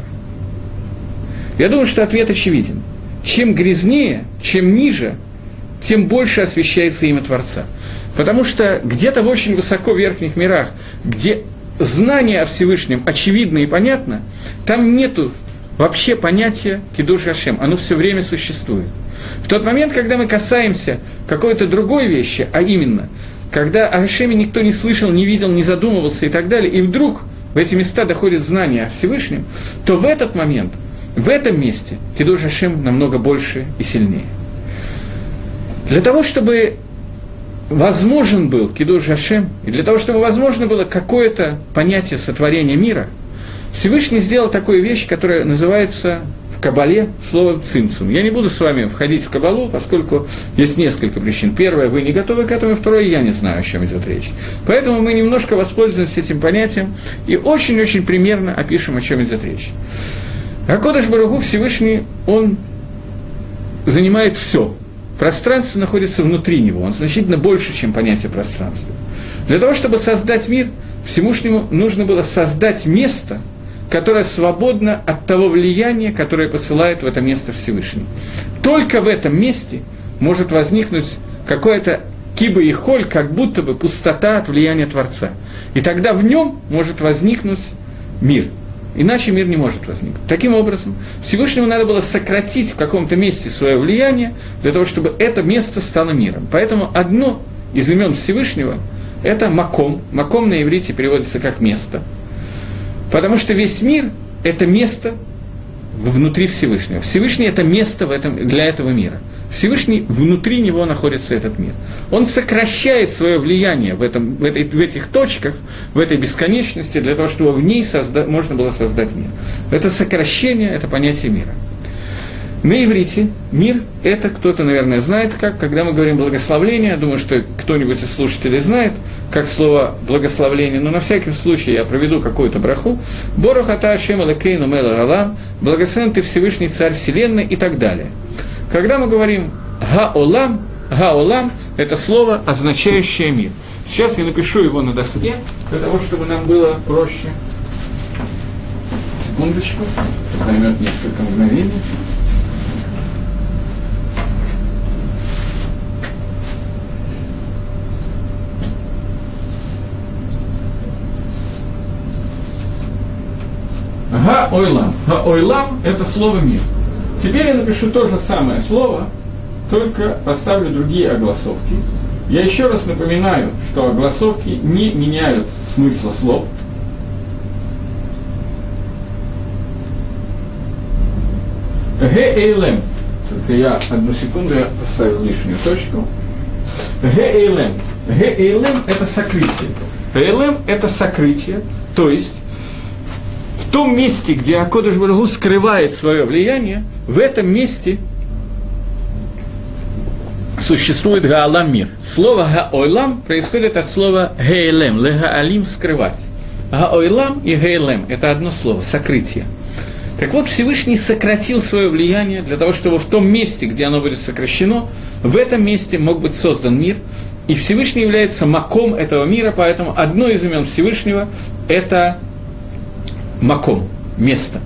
[SPEAKER 1] Я думаю, что ответ очевиден. Чем грязнее, чем ниже, тем больше освящается имя Творца. Потому что где-то в очень высоко верхних мирах, где знание о Всевышнем очевидно и понятно, там нету вообще понятия кидуш Гашем, оно все время существует. В тот момент, когда мы касаемся какой-то другой вещи, а именно – когда о Гашеме никто не слышал, не видел, не задумывался и так далее, и вдруг в эти места доходит знание о Всевышнем, то в этот момент, в этом месте кидуш Гашем намного больше и сильнее. Для того, чтобы возможен был кидуш Гашем, и для того, чтобы возможно было какое-то понятие сотворения мира, Всевышний сделал такую вещь, которая называется в Кабале словом цимцум. Я не буду с вами входить в Кабалу, поскольку есть несколько причин. Первое, вы не готовы к этому, второе, я не знаю, о чем идет речь. Поэтому мы немножко воспользуемся этим понятием и очень-очень примерно опишем, о чем идет речь. ха-Кодеш Барух Ху Всевышний, он занимает все. Пространство находится внутри него, он значительно больше, чем понятие пространства. Для того, чтобы создать мир, Всевышнему нужно было создать место, которое свободно от того влияния, которое посылает в это место Всевышний. Только в этом месте может возникнуть какое-то киба и холь, как будто бы пустота от влияния Творца. И тогда в нем может возникнуть мир. Иначе мир не может возникнуть. Таким образом, Всевышнему надо было сократить в каком-то месте свое влияние, для того, чтобы это место стало миром. Поэтому одно из имен Всевышнего – это Маком. Маком на иврите переводится как «место». Потому что весь мир – это место внутри Всевышнего. Всевышний – это место в этом, для этого мира. Всевышний, внутри него находится этот мир. Он сокращает свое влияние в, этом, в, этой, в этих точках, в этой бесконечности, для того, чтобы в ней созда- можно было создать мир. Это сокращение, это понятие мира. На иврите мир – это кто-то, наверное, знает как, когда мы говорим благословление, я думаю, что кто-нибудь из слушателей знает, как слово благословление, но на всякий случай я проведу какую-то браху. Борух ата Ашем Элокейну мелех хаолам, благословен ты Всевышний Царь Вселенной и так далее. Когда мы говорим «га-олам», «га-олам» – это слово, означающее мир. Сейчас я напишу его на доске, для того, чтобы нам было проще. Секундочку, займет несколько мгновений. Га-ойлам. Га-ойлам – это слово «мир». Теперь я напишу то же самое слово, только поставлю другие огласовки. Я еще раз напоминаю, что огласовки не меняют смысла слов. Ге-эйлем. Только я одну секунду, я поставил лишнюю точку. Ге-эйлем. Ге-эйлем – это сокрытие. Эйлем – это сокрытие, то есть в том месте, где ха-Кодеш Барух Ху скрывает свое влияние, в этом месте существует гаалам мир. Слово гаойлам происходит от слова гейлем, легаалим – скрывать. Гаойлам и гейлем – это одно слово – сокрытие. Так вот, Всевышний сократил свое влияние для того, чтобы в том месте, где оно будет сокращено, в этом месте мог быть создан мир, и Всевышний является маком этого мира, поэтому одно из имен Всевышнего – это маком, место.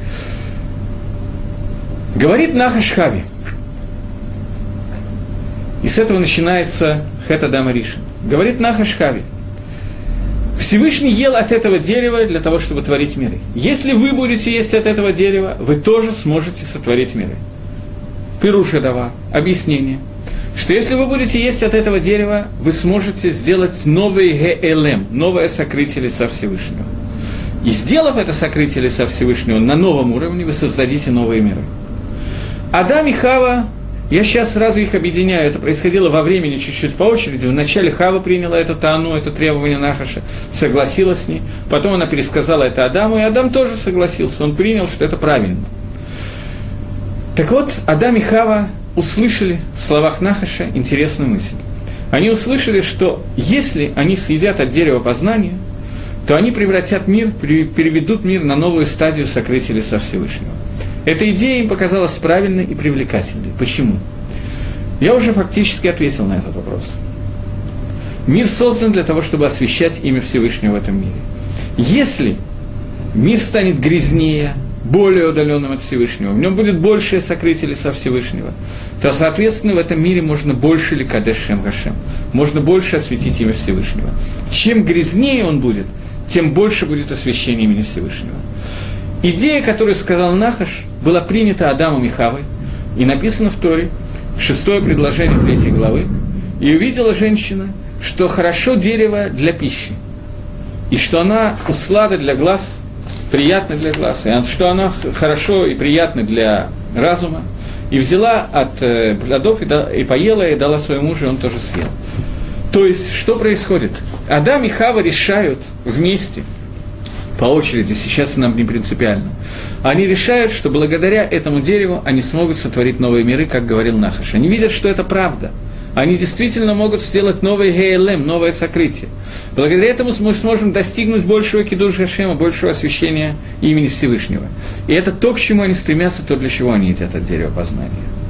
[SPEAKER 1] Говорит Нахаш Хави, и с этого начинается Хет Адам Аришон. Говорит Нахаш Хави, Всевышний ел от этого дерева для того, чтобы творить миры. Если вы будете есть от этого дерева, вы тоже сможете сотворить миры. Пируша дава, объяснение, что если вы будете есть от этого дерева, вы сможете сделать новый геэлем, новое сокрытие лица Всевышнего. И сделав это сокрытие лица Всевышнего на новом уровне, вы создадите новые миры. Адам и Хава, я сейчас сразу их объединяю, это происходило во времени чуть-чуть по очереди. Вначале Хава приняла эту таану, это требование Нахаша, согласилась с ней, потом она пересказала это Адаму, и Адам тоже согласился, он принял, что это правильно. Так вот, Адам и Хава услышали в словах Нахаша интересную мысль. Они услышали, что если они съедят от дерева познания, то они превратят мир, переведут мир на новую стадию сокрытия лица Всевышнего. Эта идея им показалась правильной и привлекательной. Почему? Я уже фактически ответил на этот вопрос. Мир создан для того, чтобы освещать имя Всевышнего в этом мире. Если мир станет грязнее, более удаленным от Всевышнего, в нем будет большее сокрытие лица Всевышнего, то, соответственно, в этом мире можно больше ликадеш шем гашем, можно больше осветить имя Всевышнего. Чем грязнее он будет, тем больше будет освещение имени Всевышнего. Идея, которую сказал Нахаш, была принята Адамом и Хавой, и написано в Торе, шестое предложение третьей главы, «И увидела женщина, что хорошо дерево для пищи, и что она услада для глаз, приятна для глаз, и что она хорошо и приятна для разума, и взяла от э, плодов и, да, и поела, и дала своему мужу, и он тоже съел». То есть, что происходит? Адам и Хава решают вместе, по очереди, сейчас нам не принципиально, они решают, что благодаря этому дереву они смогут сотворить новые миры, как говорил Нахаш. Они видят, что это правда. Они действительно могут сделать новый гейлем, новое сокрытие. Благодаря этому мы сможем достигнуть большего кидуш Гашема, большего освящения имени Всевышнего. И это то, к чему они стремятся, то, для чего они едят от дерева познания.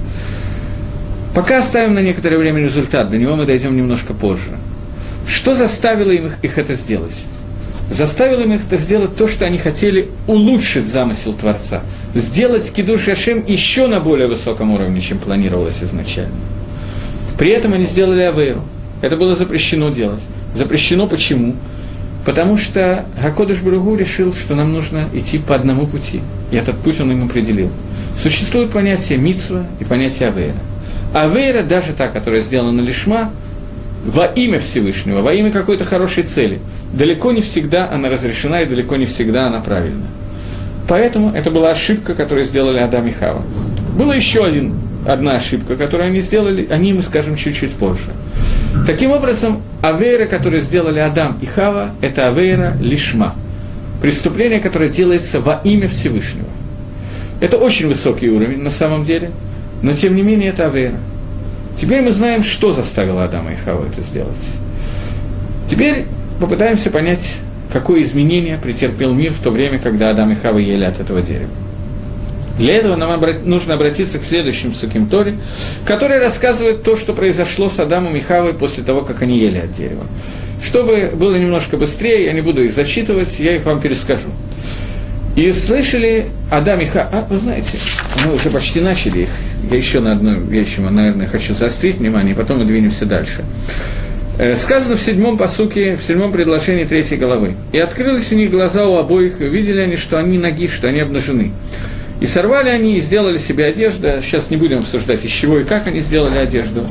[SPEAKER 1] Пока оставим на некоторое время результат, до него мы дойдем немножко позже. Что заставило им их, их это сделать? Заставило им их это сделать то, что они хотели улучшить замысел Творца, сделать кидуш Ашем еще на более высоком уровне, чем планировалось изначально. При этом они сделали авейру. Это было запрещено делать. Запрещено почему? Потому что Гакодыш Барух Ху решил, что нам нужно идти по одному пути. И этот путь он им определил. Существует понятие мицва и понятие авейра. Авейра, даже та, которая сделана лишма, во имя Всевышнего, во имя какой-то хорошей цели, далеко не всегда она разрешена и далеко не всегда она правильна. Поэтому это была ошибка, которую сделали Адам и Хава. Была еще один, одна ошибка, которую они сделали, о ней мы скажем чуть-чуть позже. Таким образом, авейра, которую сделали Адам и Хава, это авейра лишма, преступление, которое делается во имя Всевышнего. Это очень высокий уровень на самом деле, но тем не менее это авейра. Теперь мы знаем, что заставило Адама и Хаву это сделать. Теперь попытаемся понять, какое изменение претерпел мир в то время, когда Адам и Хава ели от этого дерева. Для этого нам обра- нужно обратиться к следующим псуким Торе, который рассказывает то, что произошло с Адамом и Хавой после того, как они ели от дерева. Чтобы было немножко быстрее, я не буду их зачитывать, я их вам перескажу. И слышали Адам и Хава... А, вы знаете, мы уже почти начали их. Я еще на одной вещи, наверное, хочу заострить внимание, и потом мы двинемся дальше. Э, сказано в седьмом пасуке, в седьмом предложении третьей главы. «И открылись у них глаза у обоих, и увидели они, что они ноги, что они обнажены. И сорвали они, и сделали себе одежду». Сейчас не будем обсуждать, из чего и как они сделали одежду.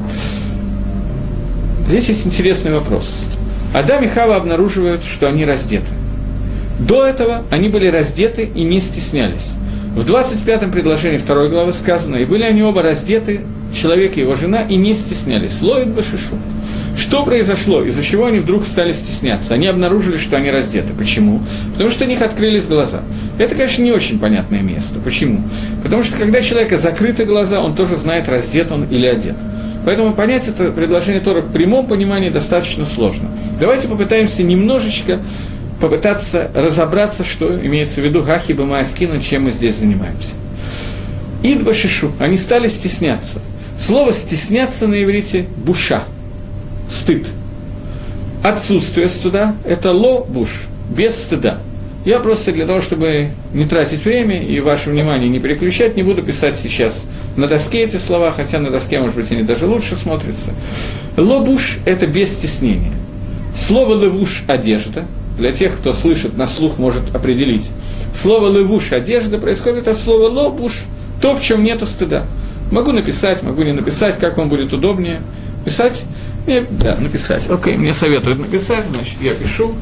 [SPEAKER 1] Здесь есть интересный вопрос. Адам и Хава обнаруживают, что они раздеты. До этого они были раздеты и не стеснялись. В двадцать пятом предложении второй главы сказано: «И были они оба раздеты, человек и его жена, и не стеснялись». Лоид башишу. Что произошло? Из-за чего они вдруг стали стесняться? Они обнаружили, что они раздеты. Почему? Потому что у них открылись глаза. Это, конечно, не очень понятное место. Почему? Потому что когда у человека закрыты глаза, он тоже знает, раздет он или одет. Поэтому понять это предложение Торы в прямом понимании достаточно сложно. Давайте попытаемся немножечко попытаться разобраться, что имеется в виду Гахи Бамааскину, чем мы здесь занимаемся. Идба шишу, они стали стесняться. Слово «стесняться» на иврите – буша, стыд. Отсутствие стыда – это ло-буш, без стыда. Я просто для того, чтобы не тратить время и ваше внимание не переключать, не буду писать сейчас на доске эти слова, хотя на доске, может быть, они даже лучше смотрятся. Ло-буш – это без стеснения. Слово «левуш» – одежда. Для тех, кто слышит на слух, может определить. Слово «левуш» – одежда происходит от слова «ло-буш», то, в чем нету стыда. Могу написать, могу не написать, как вам будет удобнее. Писать? Нет, да, написать. Окей, мне советуют написать, значит, я пишу.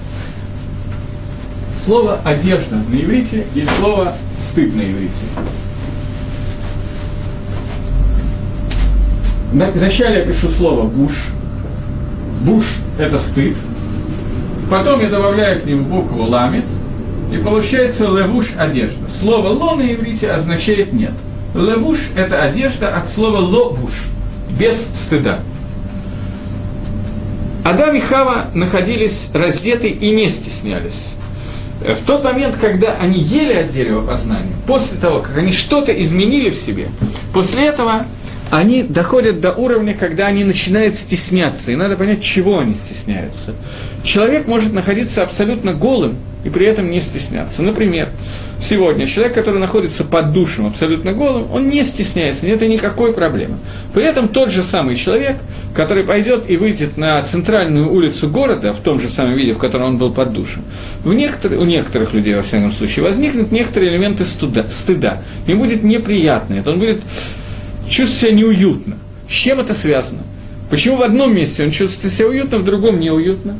[SPEAKER 1] Слово «одежда» на иврите есть слово «стыд» на иврите. Вначале я пишу слово «буш». «Буш» – это стыд. Потом я добавляю к нему букву «ламет», и получается «левуш» – одежда. Слово «ло» на иврите означает «нет». «Левуш» – это одежда от слова «ло-буш», без стыда. Адам и Хава находились раздеты и не стеснялись. В тот момент, когда они ели от дерева познания, после того, как они что-то изменили в себе, после этого они доходят до уровня, когда они начинают стесняться, и надо понять, чего они стесняются. Человек может находиться абсолютно голым и при этом не стесняться. Например, сегодня человек, который находится под душем абсолютно голым, он не стесняется, нет никакой проблемы. При этом тот же самый человек, который пойдет и выйдет на центральную улицу города, в том же самом виде, в котором он был под душем, в некоторых, у некоторых людей, во всяком случае, возникнут некоторые элементы стыда, стыда. Им будет неприятно, это он будет чувствовать себя неуютно. С чем это связано? Почему в одном месте он чувствует себя уютно, в другом неуютно?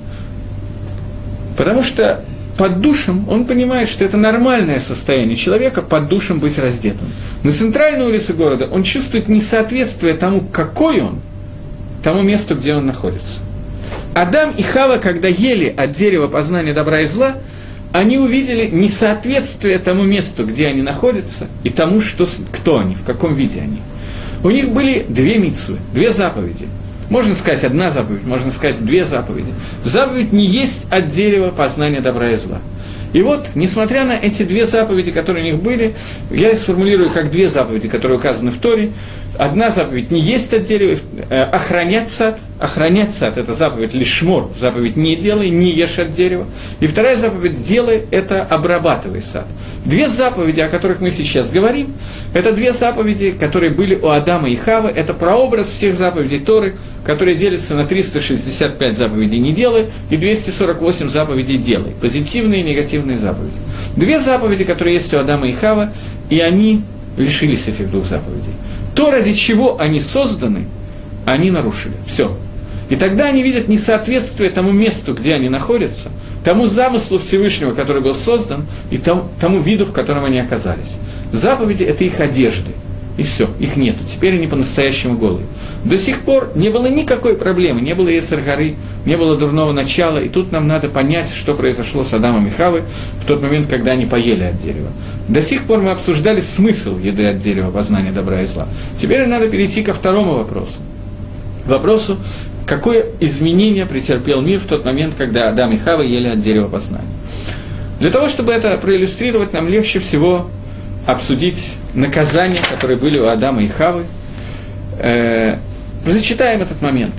[SPEAKER 1] Потому что под душем он понимает, что это нормальное состояние человека под душем быть раздетым. На центральной улице города он чувствует несоответствие тому, какой он, тому месту, где он находится. Адам и Хава, когда ели от дерева познания добра и зла, они увидели несоответствие тому месту, где они находятся, и тому, что, кто они, в каком виде они. У них были две мицвы, две заповеди. Можно сказать одна заповедь, можно сказать две заповеди. Заповедь не есть от дерева познания добра и зла. И вот, несмотря на эти две заповеди, которые у них были, я их сформулирую как две заповеди, которые указаны в Торе. Одна заповедь – не есть от дерева, э, охранять сад. Охранять сад – это заповедь лишмор, заповедь не делай, не ешь от дерева. И вторая заповедь – делай – это обрабатывай сад. Две заповеди, о которых мы сейчас говорим, это две заповеди, которые были у Адама и Хавы. Это прообраз всех заповедей Торы, которые делятся на триста шестьдесят пять заповедей «не делай» и двести сорок восемь заповедей «делай». Позитивные и негативные заповеди. Две заповеди, которые есть у Адама и Хавы, и они лишились этих двух заповедей. То, ради чего они созданы, они нарушили. Все. И тогда они видят несоответствие тому месту, где они находятся, тому замыслу Всевышнего, который был создан, и тому, тому виду, в котором они оказались. Заповеди – это их одежды. И все, их нету. Теперь они по-настоящему голые. До сих пор не было никакой проблемы, не было Йецер Гары, не было дурного начала, и тут нам надо понять, что произошло с Адамом и Хавой в тот момент, когда они поели от дерева. До сих пор мы обсуждали смысл еды от дерева, познания добра и зла. Теперь надо перейти ко второму вопросу. Вопросу, какое изменение претерпел мир в тот момент, когда Адам и Хава ели от дерева познания. Для того, чтобы это проиллюстрировать, нам легче всего обсудить наказания, которые были у Адама и Хавы. Э, зачитаем этот момент.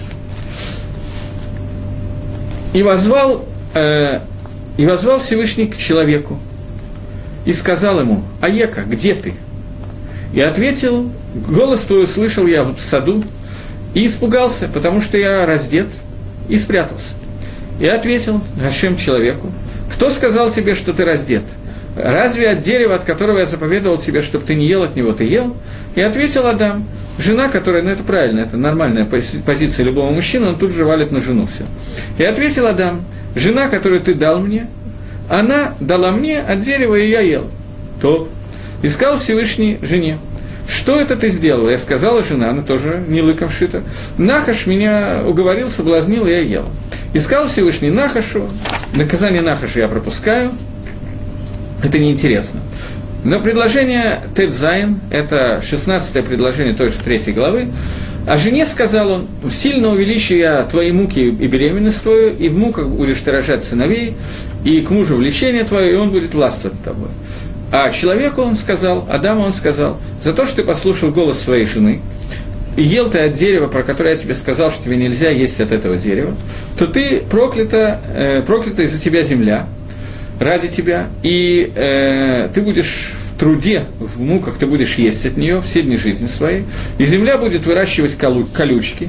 [SPEAKER 1] «И возвал, э, и возвал Всевышний к человеку, и сказал ему: Аека, где ты? И ответил: голос твой услышал я в саду, и испугался, потому что я раздет, и спрятался. И ответил Гашем человеку: кто сказал тебе, что ты раздет? Разве от дерева, от которого я заповедовал тебе, чтобы ты не ел от него, ты ел? И ответил Адам: жена, которая, ну это правильно, это нормальная позиция любого мужчины, он тут же валит на жену все. И ответил Адам: жена, которую ты дал мне, она дала мне от дерева, и я ел. То и сказал Всевышний жене: что это ты сделала? Я сказала, жена, она тоже не лыком шита. Нахаш меня уговорил, соблазнил, и я ел. И сказал Всевышний Нахашу: наказание Нахаша я пропускаю, это неинтересно. Но предложение Тет Зайн, это шестнадцатое предложение той же третьей главы, А жене сказал он: «Сильно увеличу я твои муки и беременность твою, и в муках будешь ты рожать сыновей, и к мужу влечение твое, и он будет властвовать над тобой». А человеку он сказал, Адаму он сказал: «За то, что ты послушал голос своей жены, и ел ты от дерева, про которое я тебе сказал, что тебе нельзя есть от этого дерева, то ты проклята, э, проклята из-за тебя земля, ради тебя, и э, ты будешь в труде, в муках ты будешь есть от нее все дни жизни своей, и земля будет выращивать колу, колючки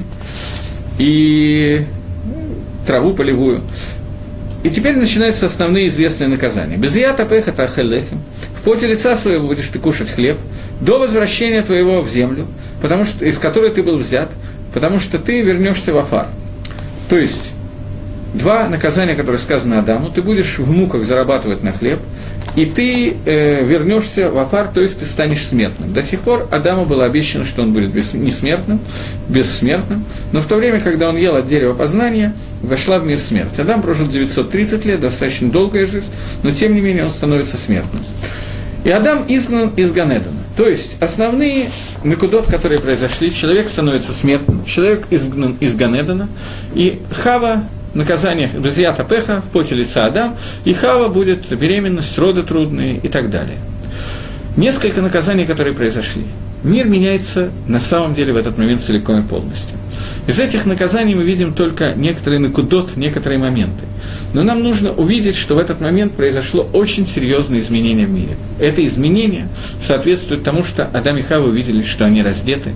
[SPEAKER 1] и траву полевую». И теперь начинаются основные известные наказания. «Без ята пеха тахелехем». В поте лица своего будешь ты кушать хлеб до возвращения твоего в землю, потому что, из которой ты был взят, потому что ты вернешься в Афар. То есть, два наказания, которые сказаны Адаму: ты будешь в муках зарабатывать на хлеб, и ты э, вернешься в Афар, то есть ты станешь смертным. До сих пор Адаму было обещано, что он будет бес, несмертным, бессмертным, но в то время, когда он ел от дерева познания, вошла в мир смерть. Адам прожил девятьсот тридцать лет, достаточно долгая жизнь, но тем не менее он становится смертным. И Адам изгнан из Ганедана. То есть основные накудот, которые произошли: человек становится смертным, человек изгнан из Ганедана, и Хава, наказание безията пеха, в поте лица Адам, и Хава будет беременность, роды трудные и так далее. Несколько наказаний, которые произошли. Мир меняется на самом деле в этот момент целиком и полностью. Из этих наказаний мы видим только некоторые накудот, некоторые моменты. Но нам нужно увидеть, что в этот момент произошло очень серьезное изменение в мире. Это изменение соответствует тому, что Адам и Хава увидели, что они раздеты.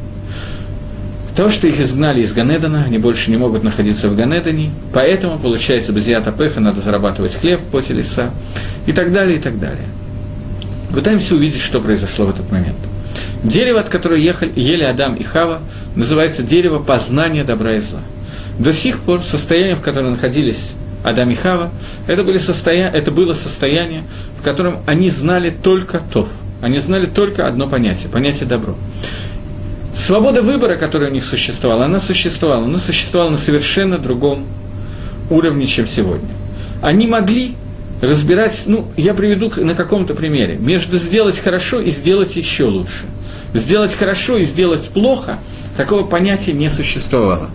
[SPEAKER 1] То, что их изгнали из Ганедана, они больше не могут находиться в Ганедане, поэтому, получается, безията пеха, надо зарабатывать хлеб в поте лица, и так далее, и так далее. Пытаемся увидеть, что произошло в этот момент. Дерево, от которого ехали, ели Адам и Хава, называется дерево познания добра и зла. До сих пор состояние, в котором находились Адам и Хава, это, были состоя... это было состояние, в котором они знали только тов, они знали только одно понятие, понятие добро. Свобода выбора, которая у них существовала, она существовала, но существовала на совершенно другом уровне, чем сегодня. Они могли разбирать, ну, я приведу на каком-то примере, между сделать хорошо и сделать еще лучше. Сделать хорошо и сделать плохо, такого понятия не существовало.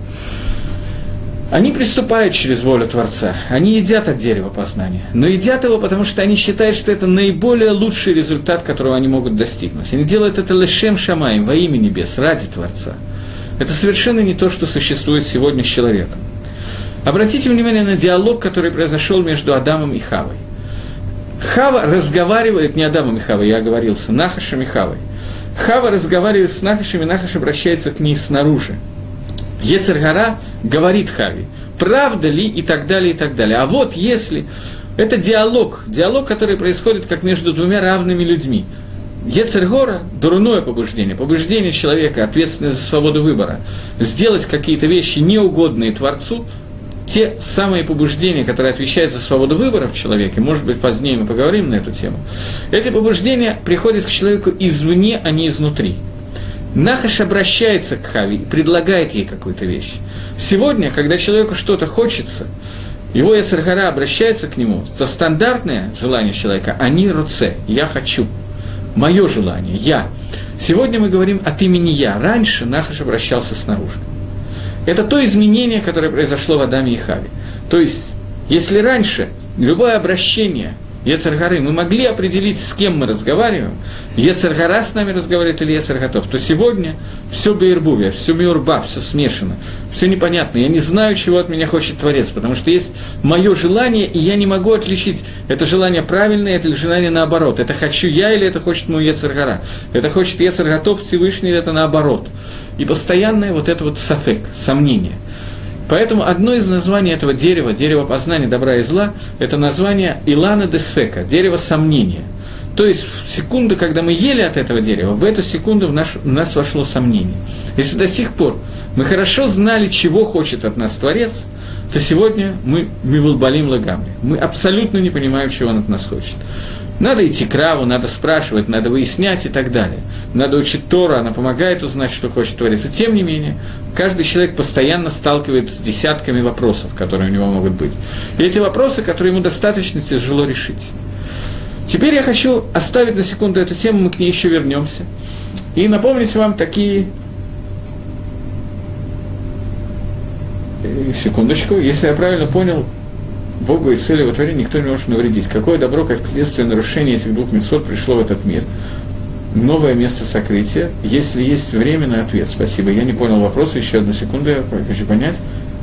[SPEAKER 1] Они приступают через волю Творца, они едят от дерева познания, но едят его, потому что они считают, что это наиболее лучший результат, которого они могут достигнуть. Они делают это лешем шамаим, во имя небес, ради Творца. Это совершенно не то, что существует сегодня с человеком. Обратите внимание на диалог, который произошел между Адамом и Хавой. Хава разговаривает, не Адамом и Хавой, я оговорился, Нахашем и Хавой. Хава разговаривает с Нахашем, и Нахаш обращается к ней снаружи. Йецер гара говорит Хаве, правда ли, и так далее, и так далее. А вот если... Это диалог, диалог, который происходит как между двумя равными людьми. Йецер гора – дурное побуждение, побуждение человека, ответственное за свободу выбора, сделать какие-то вещи неугодные Творцу, те самые побуждения, которые отвечают за свободу выбора в человеке, может быть, позднее мы поговорим на эту тему, эти побуждения приходят к человеку извне, а не изнутри. Нахаш обращается к Хаве и предлагает ей какую-то вещь. Сегодня, когда человеку что-то хочется, его йецер гара обращается к нему, за стандартное желание человека «ани роце» – «я хочу», «моё желание», «я». Сегодня мы говорим от имени «я». Раньше Нахаш обращался снаружи. Это то изменение, которое произошло в Адаме и Хаве. То есть, если раньше любое обращение йецер гары мы могли определить, с кем мы разговариваем, йецер гара с нами разговаривает или йецер готов, то сегодня все бейрбувия, все миурба, все смешано, все непонятно. Я не знаю, чего от меня хочет Творец, потому что есть мое желание, и я не могу отличить, это желание правильное, это желание наоборот. Это хочу я или это хочет мой йецер гара. Это хочет йецер готов Всевышний, или это наоборот. И постоянное вот это вот сафек, сомнение. Поэтому одно из названий этого дерева, дерево познания добра и зла, это название Илана де Сфека, дерево сомнения. То есть в секунду, когда мы ели от этого дерева, в эту секунду в, наш, в нас вошло сомнение. Если до сих пор мы хорошо знали, чего хочет от нас Творец, то сегодня мы мивулбалим лагамри. Мы абсолютно не понимаем, чего он от нас хочет. Надо идти к Раву, надо спрашивать, надо выяснять и так далее. Надо учить Тору, она помогает узнать, что хочет Творец. И тем не менее, каждый человек постоянно сталкивается с десятками вопросов, которые у него могут быть. И эти вопросы, которые ему достаточно тяжело решить. Теперь я хочу оставить на секунду эту тему, мы к ней еще вернемся. И напомнить вам такие секундочку, если я правильно понял, Богу и цели его творения никто не может навредить. Какое добро, как следствие нарушения этих двух мицвот пришло в этот мир? Новое место сокрытия, если есть время на ответ. Спасибо. Я не понял вопроса, еще одну секунду, я хочу понять.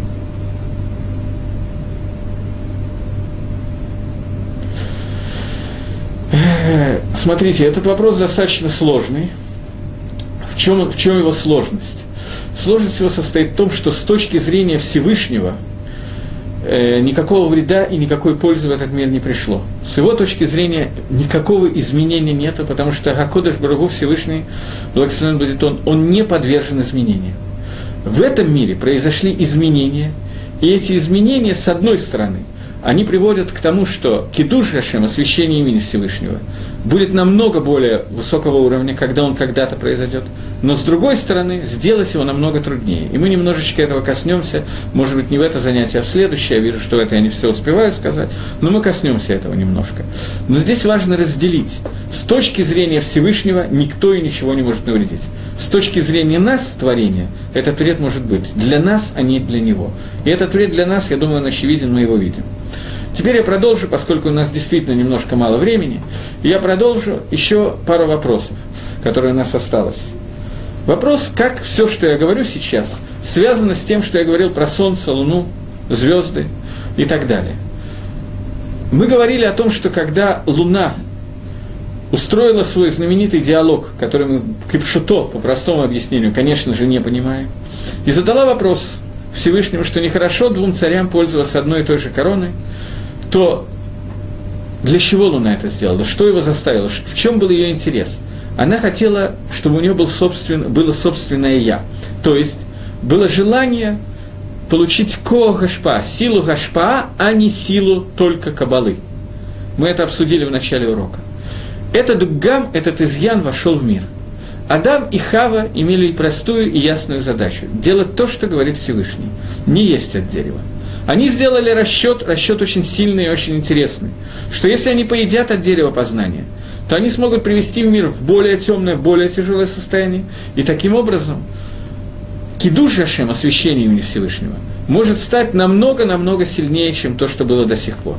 [SPEAKER 1] Смотрите, этот вопрос достаточно сложный. В чем, в чем его сложность? Сложность его состоит в том, что с точки зрения Всевышнего э, никакого вреда и никакой пользы в этот мир не пришло. С его точки зрения никакого изменения нет, потому что Акодеш Барух Ху Всевышний, благословен будет он, он не подвержен изменениям. В этом мире произошли изменения, и эти изменения, с одной стороны, они приводят к тому, что кидуш Ашем, освящение имени Всевышнего, будет намного более высокого уровня, когда он когда-то произойдет. Но, с другой стороны, сделать его намного труднее. И мы немножечко этого коснемся, может быть, не в это занятие, а в следующее. Я вижу, что это я не все успеваю сказать, но мы коснемся этого немножко. Но здесь важно разделить. С точки зрения Всевышнего никто и ничего не может навредить. С точки зрения нас, творения, этот вред может быть для нас, а не для него. И этот вред для нас, я думаю, он очевиден, мы его видим. Теперь я продолжу, поскольку у нас действительно немножко мало времени, и я продолжу еще пару вопросов, которые у нас осталось. Вопрос, как все, что я говорю сейчас, связано с тем, что я говорил про Солнце, Луну, звезды и так далее. Мы говорили о том, что когда Луна устроила свой знаменитый диалог, который мы кипшуто, по простому объяснению, конечно же, не понимаем, и задала вопрос Всевышнему, что нехорошо двум царям пользоваться одной и той же короной, то для чего Луна это сделала? Что его заставило? В чем был ее интерес? Она хотела, чтобы у нее был собствен, было собственное «я». То есть, было желание получить ко гашпа, силу гашпа, а не силу только кабалы. Мы это обсудили в начале урока. Этот гам, этот изъян вошел в мир. Адам и Хава имели простую и ясную задачу – делать то, что говорит Всевышний, не есть от дерева. Они сделали расчет, расчет очень сильный и очень интересный, что если они поедят от дерева познания, то они смогут привести мир в более темное, более тяжелое состояние, и таким образом кидуш Ашем, освящение имени Всевышнего, может стать намного-намного сильнее, чем то, что было до сих пор.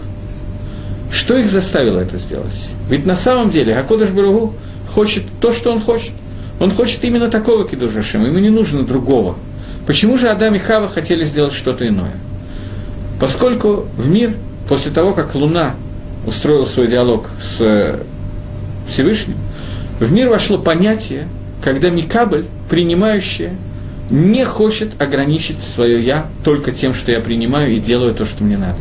[SPEAKER 1] Что их заставило это сделать? Ведь на самом деле Акодеш Барух Ху хочет то, что он хочет. Он хочет именно такого кидуш Ашем, ему не нужно другого. Почему же Адам и Хава хотели сделать что-то иное? Поскольку в мир, после того, как Луна устроила свой диалог с Всевышним, в мир вошло понятие, когда Микабль, принимающее, не хочет ограничить свое «я» только тем, что я принимаю и делаю то, что мне надо.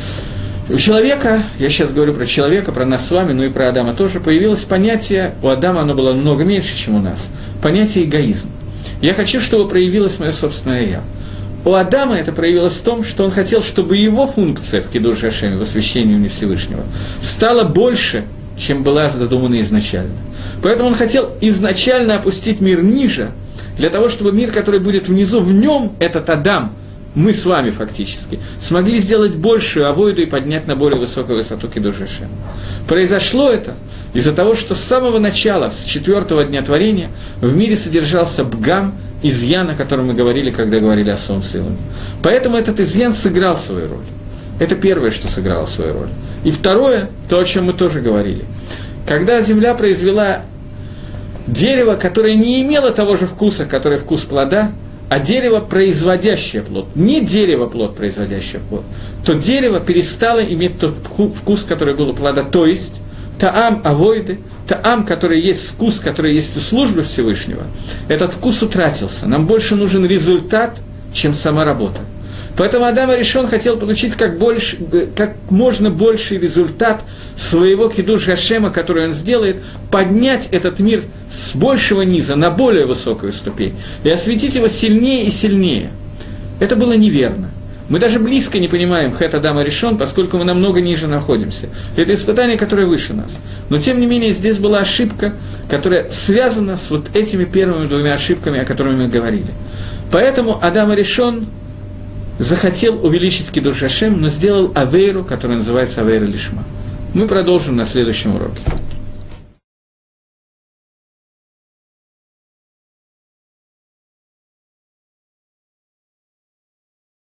[SPEAKER 1] У человека, я сейчас говорю про человека, про нас с вами, но и про Адама тоже, появилось понятие, у Адама оно было много меньше, чем у нас, понятие эгоизм. Я хочу, чтобы проявилось мое собственное «я». У Адама это проявилось в том, что он хотел, чтобы его функция в Кидуш Ашеме, в освящении имени Всевышнего, стала больше, чем была задумана изначально. Поэтому он хотел изначально опустить мир ниже, для того, чтобы мир, который будет внизу, в нем этот Адам, мы с вами фактически, смогли сделать большую авойду и поднять на более высокую высоту Кидуш Ашем. Произошло это из-за того, что с самого начала, с четвертого дня творения, в мире содержался бгам, изъян, о котором мы говорили, когда говорили о Солнце и Луне. Поэтому этот изъян сыграл свою роль. Это первое, что сыграло свою роль. И второе, то, о чем мы тоже говорили. Когда Земля произвела дерево, которое не имело того же вкуса, который вкус плода, а дерево, производящее плод, не дерево плод, производящее плод, то дерево перестало иметь тот вкус, который был у плода, то есть таам авойды, таам, который есть вкус, который есть у службы Всевышнего, этот вкус утратился. Нам больше нужен результат, чем сама работа. Поэтому Адам Аришон хотел получить как, больше, как можно больший результат своего кидуш Гашема, который он сделает, поднять этот мир с большего низа на более высокую ступень и осветить его сильнее и сильнее. Это было неверно. Мы даже близко не понимаем Хэт Адам Аришон, поскольку мы намного ниже находимся. Это испытание, которое выше нас. Но, тем не менее, здесь была ошибка, которая связана с вот этими первыми двумя ошибками, о которых мы говорили. Поэтому Адам Аришон захотел увеличить кидуш Ашем, но сделал авейру, которая называется авейра лишма. Мы продолжим на следующем уроке.